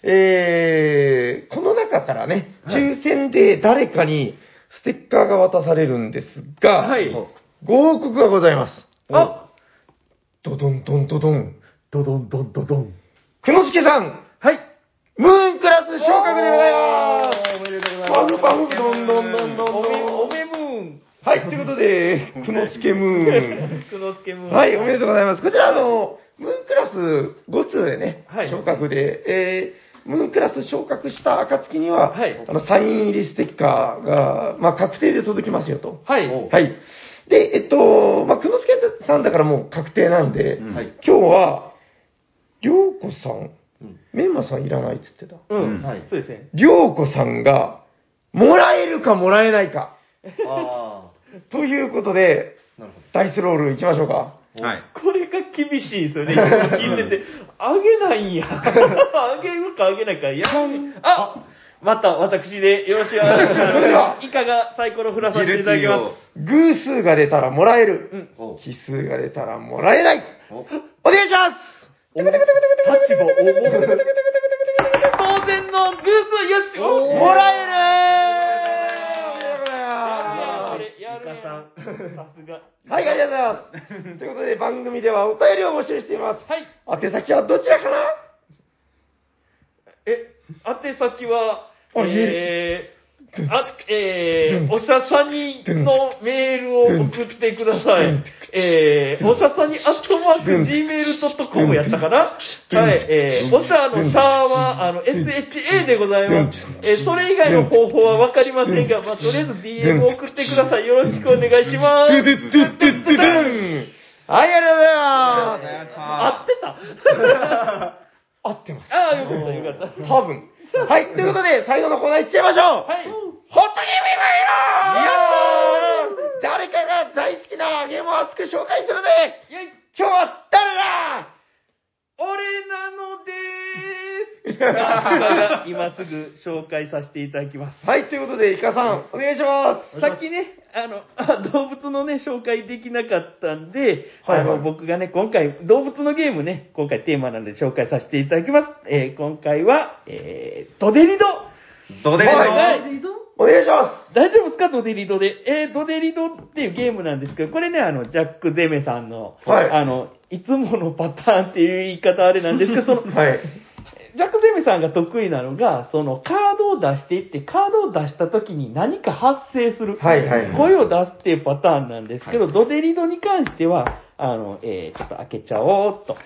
この中からね、抽選で誰かにステッカーが渡されるんですが、 はい。 ご報告がございます。 あ、 ドドンドンドドン。 ドドンドンドドン。 くのすけさん、 はい。 ムーンクラス昇格でございます。 おめでとうございパフます。 パフドンドンドンドンおドン。 めムーン。 はい、ということで、くのすけムーン。 くのすけムーン。 はい、おめでとうございます。こちら、ムーンクラス5通でね、 はい昇格で、ムーンクラス昇格した暁には、 はいサイン入りステッカーが、まあ、確定で届きますよと。 はい。 はい。で、まあ、くのすけさんだからもう確定なんで、 はい今日は、りょうこさん、メンマさんいらないって言ってた。 うん。 はいそうですね。 りょうこさんが、もらえるかもらえないか、 あということで、 あ、なるほダイスロール行きましょうか。 はい。 これが厳しいですよね。今聞いてて。あげないんや。あげるかあげないか。いや、 また私でよろしくお願いします。イカがサイコロ振らさせていただきます。 偶数が出たらもらえる。奇数が出たらもらえない。お願いします。 立場重い。当然の偶数、よし、 もらえるやるね。さすが。 はい、ありがとうございます。ということで、番組ではお便りを募集しています。 はい。 宛先はどちらかな？ 宛先は、おしゃさにのメールを送ってください。おしゃさに@gmail.com やったかな？はい。おしゃのシャーは、SHA でございます。それ以外の方法はわかりませんが、とりあえず DM を送ってください。よろしくお願いします。 はい、ありがとうございます。 合ってた合ってます。 ああ、よかった、よかった。 多分。はい、ということで、最後のコーナーいっちゃいましょう。 はい。 ホットゲームイエーイ誰かが大好きなゲームを熱く紹介するね。今日は誰だ俺なのでーす。今すぐ紹介させていただきます。 はい、ということで、イカさん、お願いします。 さっきね、動物のね、紹介できなかったんで、僕がね、今回、動物のゲームね、今回テーマなんで紹介させていただきます。今回は、ドデリド。 ドデリド、 はい、 お願いします。 大丈夫ですか、ドデリドで。ドデリドっていうゲームなんですけど、これね、ジャック・ゼメさんの、いつものパターンっていう言い方あれなんですけど、 はい。 ジャック・ゼメさんが得意なのが、そのカードを出していって、カードを出した時に何か発生する。声を出すっていうパターンなんですけど、ドデリドに関しては、ちょっと開けちゃおうっと。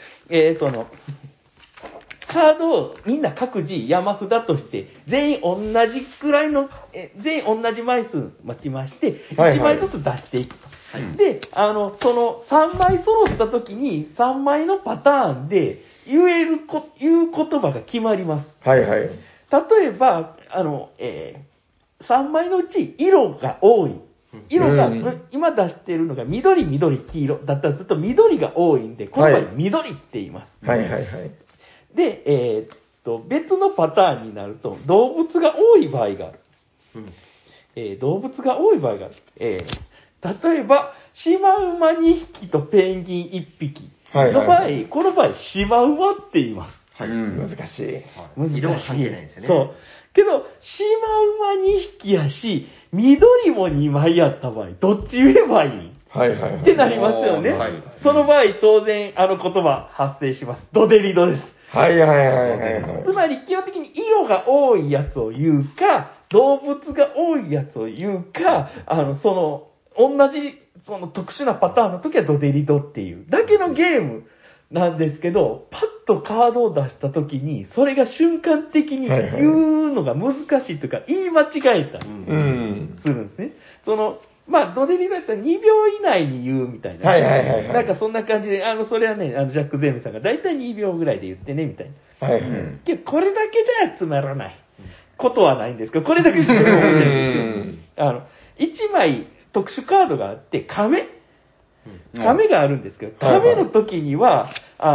カードをみんな各自山札として、全員同じくらいの、全員同じ枚数待ちまして、1枚ずつ出していくと。で、その3枚揃った時に3枚のパターンで言う言葉が決まります。 はいはい。 例えば、3枚のうち色が多い。色が、今出しているのが緑、緑、黄色だったらずっと緑が多いんで、この場合緑って言います。 はいはいはい。 で、別のパターンになると、動物が多い場合がある。動物が多い場合がある。例えば、シマウマ2匹とペンギン1匹の場合、この場合、シマウマって言います。 はい。 難しい。 色は関係ないんですよね。 そう。けど、シマウマ2匹やし、緑も2枚やった場合、どっち言えばいいってなりますよね。その場合、当然、言葉発生します。ドデリドです。 はいはいはいはい。 つまり、基本的に色が多いやつを言うか、動物が多いやつを言うか、同じ、その特殊なパターンの時はドデリドっていうだけのゲームなんですけど、パッとカードを出した時に、それが瞬間的に言うのが難しいというか、言い間違えたりするんですね。ドデリドだったら2秒以内に言うみたいな。なんかそんな感じで、それはね、ジャック・ゼームさんがだいたい2秒ぐらいで言ってね、みたいな。けど、これだけじゃつまらないことはないんですけど、これだけじゃ面白いんですよ。1枚特殊カードがあって、亀があるんですけど、亀の時には、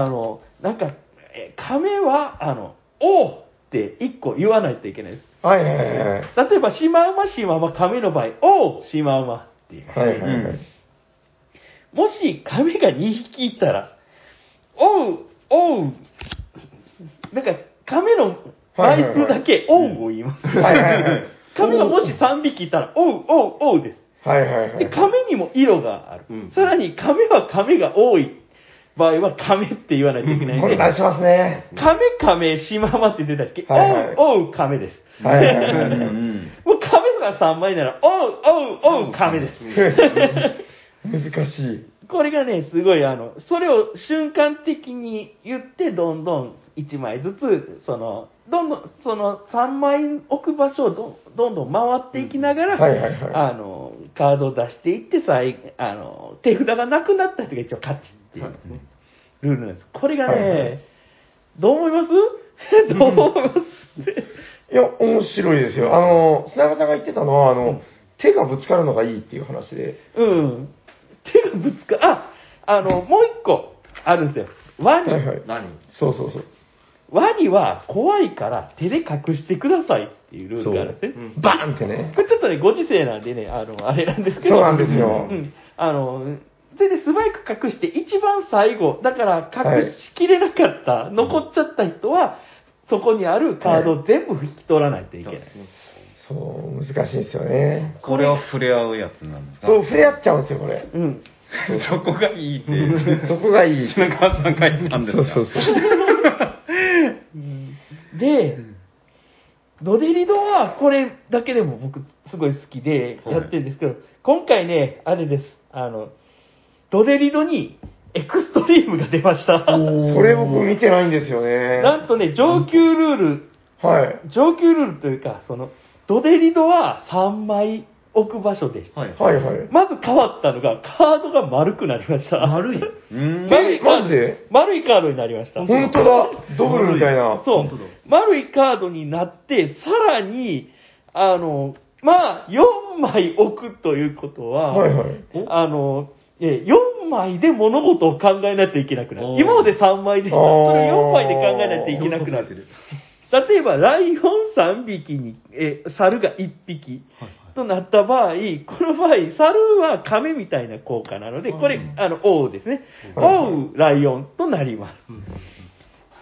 亀は、おうって1個言わないといけないです。例えば、シマウマ、亀の場合、おう、シマウマっていう。もし、亀が2匹いたら、おう、亀の枚数だけ、おうを言います。亀がもし3匹いたら、おうです。で、亀にも色がある。さらに、亀は亀が多い場合は、亀って言わないといけないんで。 混乱しますね。 亀、シマウマって出た時、おう、亀です。もう亀が3枚なら、おう、亀です。 難しい。 これがね、すごい、それを瞬間的に言って、どんどん1枚ずつ、どんどん、3枚置く場所をどんどん回っていきながら、カードを出していって、手札がなくなった人が一応勝ちっていうですね、ルールなんです。これがね、どう思いますどう思いますいや、面白いですよ。砂川さんが言ってたのは、手がぶつかるのがいいっていう話で。 手がぶつかもう一個あるんですよ。ワニ。 そう。 ワニは怖いから手で隠してくださいってっていうルールがあるんですね。 バーンってね。 これちょっとね、ご時世なんでね、あれなんですけど。 そうなんですよ。 それで素早く隠して、一番最後、だから隠しきれなかった、残っちゃった人は、そこにあるカードを全部引き取らないといけない。 そう、難しいんですよね。 これは触れ合うやつなんですか？ そう、触れ合っちゃうんですよ、これ。 うん。 そこがいいって。 そこがいい。 品川さんが言ったんですか？ そう。 で、ドデリドはこれだけでも僕すごい好きでやってるんですけど、今回ね、あれです。ドデリドにエクストリームが出ました。 それ僕見てないんですよね。 なんとね、上級ルール、上級ルールというか、ドデリドは3枚置く場所でした。まず変わったのが、カードが丸くなりました。 丸いマジで丸いカードになりました。 本当だ。ドブルみたいな。 そう。丸いカードになって、さらに、4枚置くということは、4枚で物事を考えないといけなくなる。今まで3枚でした。それを4枚で考えないといけなくなる。例えば、ライオン3匹に、猿が1匹となった場合、この場合、猿は亀みたいな効果なので、これ、王ですね。王ライオンとなります。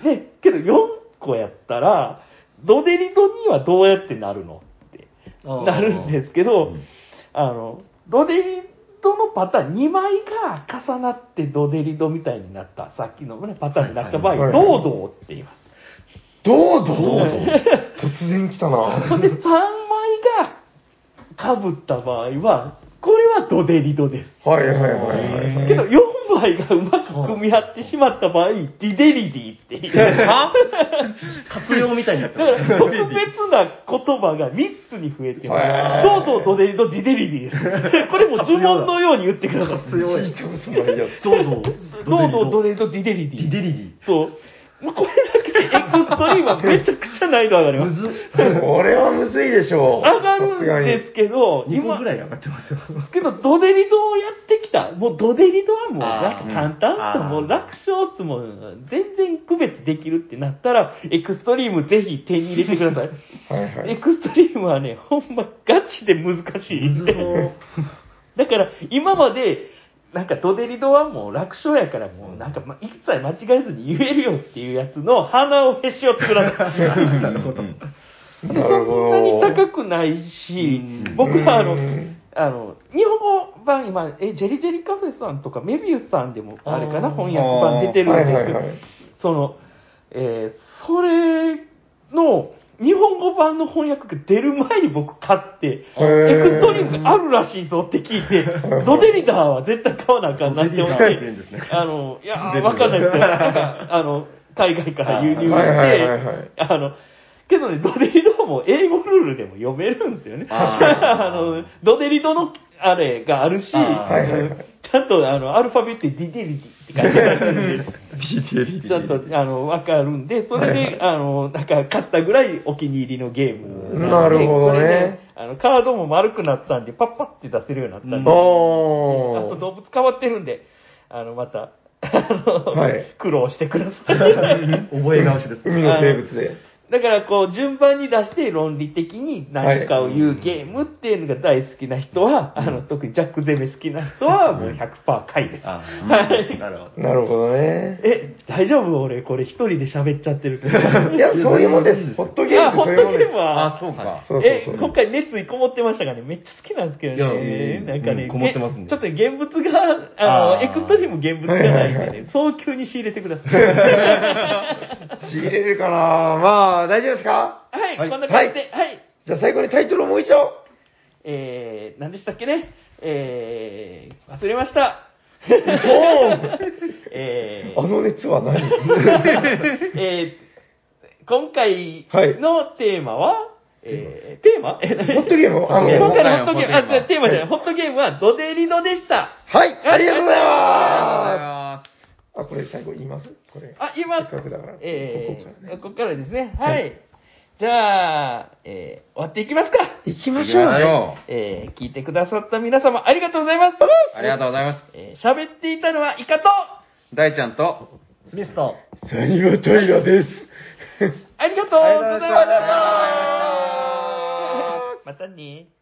で、けど4個やったら、ドデリドにはどうやってなるのってなるんですけど、ドデリドのパターン2枚が重なってドデリドみたいになった、さっきの、ね、パターンになった場合、ドードーって言います。 どう突然来たな。 で、3枚が被った場合は、これはドデリドです。けど、4枚がうまく組み合ってしまった場合、ディデリディって言う。 活用みたいになってだから特別な言葉が3つに増えてます。ドードードデリドディデリディです。これも呪文のように言ってください。 活用や。 聞いたことないやつ。 ドードードデリドディデリディ。 ディデリディ。 そう。もうこれだけでエクストリームはめちゃくちゃ難易度上がります。 これはむずいでしょう。 上がるんですけど、 2個ぐらい上がってますよ。 けど、ドデリドをやってきた。もうドデリドはもう、なんか簡単っすもう楽勝っすもん、全然区別できるってなったら、エクストリームぜひ手に入れてください。エクストリームはね、ほんまガチで難しい。だから、今まで、なんかドデリドはもう楽勝やからもうなんか一切間違えずに言えるよっていうやつの鼻をへし折ってください。なるほど。そんなに高くないし、僕は日本語版今、ジェリジェリカフェさんとかメビウスさんでもあれかな、翻訳版出てるんですけど、それの、日本語版の翻訳が出る前に僕買って、エクストリームがあるらしいぞって聞いて、ドデリダーは絶対買わなあかんなって思って、いやわかんないですけど、なんか、海外から輸入して、けどね、ドデリドも英語ルールでも読めるんですよね。ドデリドのあれがあるし、ちゃんとアルファベットでディデリディって書いてあるんで、ちゃんとわかるんで、それで、なんか買ったぐらいお気に入りのゲームなるほどね。 カードも丸くなったんで、パッパって出せるようになったんで、あと動物変わってるんで、また、苦労してください。 覚え直しです。 海の生物で。 だからこう順番に出して論理的に何かを言うゲームっていうのが大好きな人は、特にジャックゼメ好きな人はもう 100% 買いです。 なるほどね。 大丈夫俺これ一人で喋っちゃってるけど。 いや、そういうもんです。ホットゲームそういうもんです。 そうか。 今回熱意こもってましたかね。めっちゃ好きなんですけどね。なんかね、 こもってますね。 ちょっと現物が、エクストリーム現物がないんでね、早急に仕入れてください。 仕入れるかなまあ、大丈夫ですか？ はい、こんな感じで。はい。 じゃあ最後にタイトルをもう一度。 何でしたっけね。忘れました。 あの熱は何？ 今回のテーマは、テーマホットゲーム今回のホットゲーム、テーマじゃない、ホットゲームはドデリドでした。 はい、ありがとうございます。これ最後言います？これ。 言います。 せっかくだから。 ここからですね。はい。じゃあ、終わっていきますか。 行きましょう。 聞いてくださった皆様ありがとうございます。 ありがとうございます。 喋っていたのはイカと、 大ちゃんと、 スミスと、 サニバタイラです。 ありがとうございました。 またね。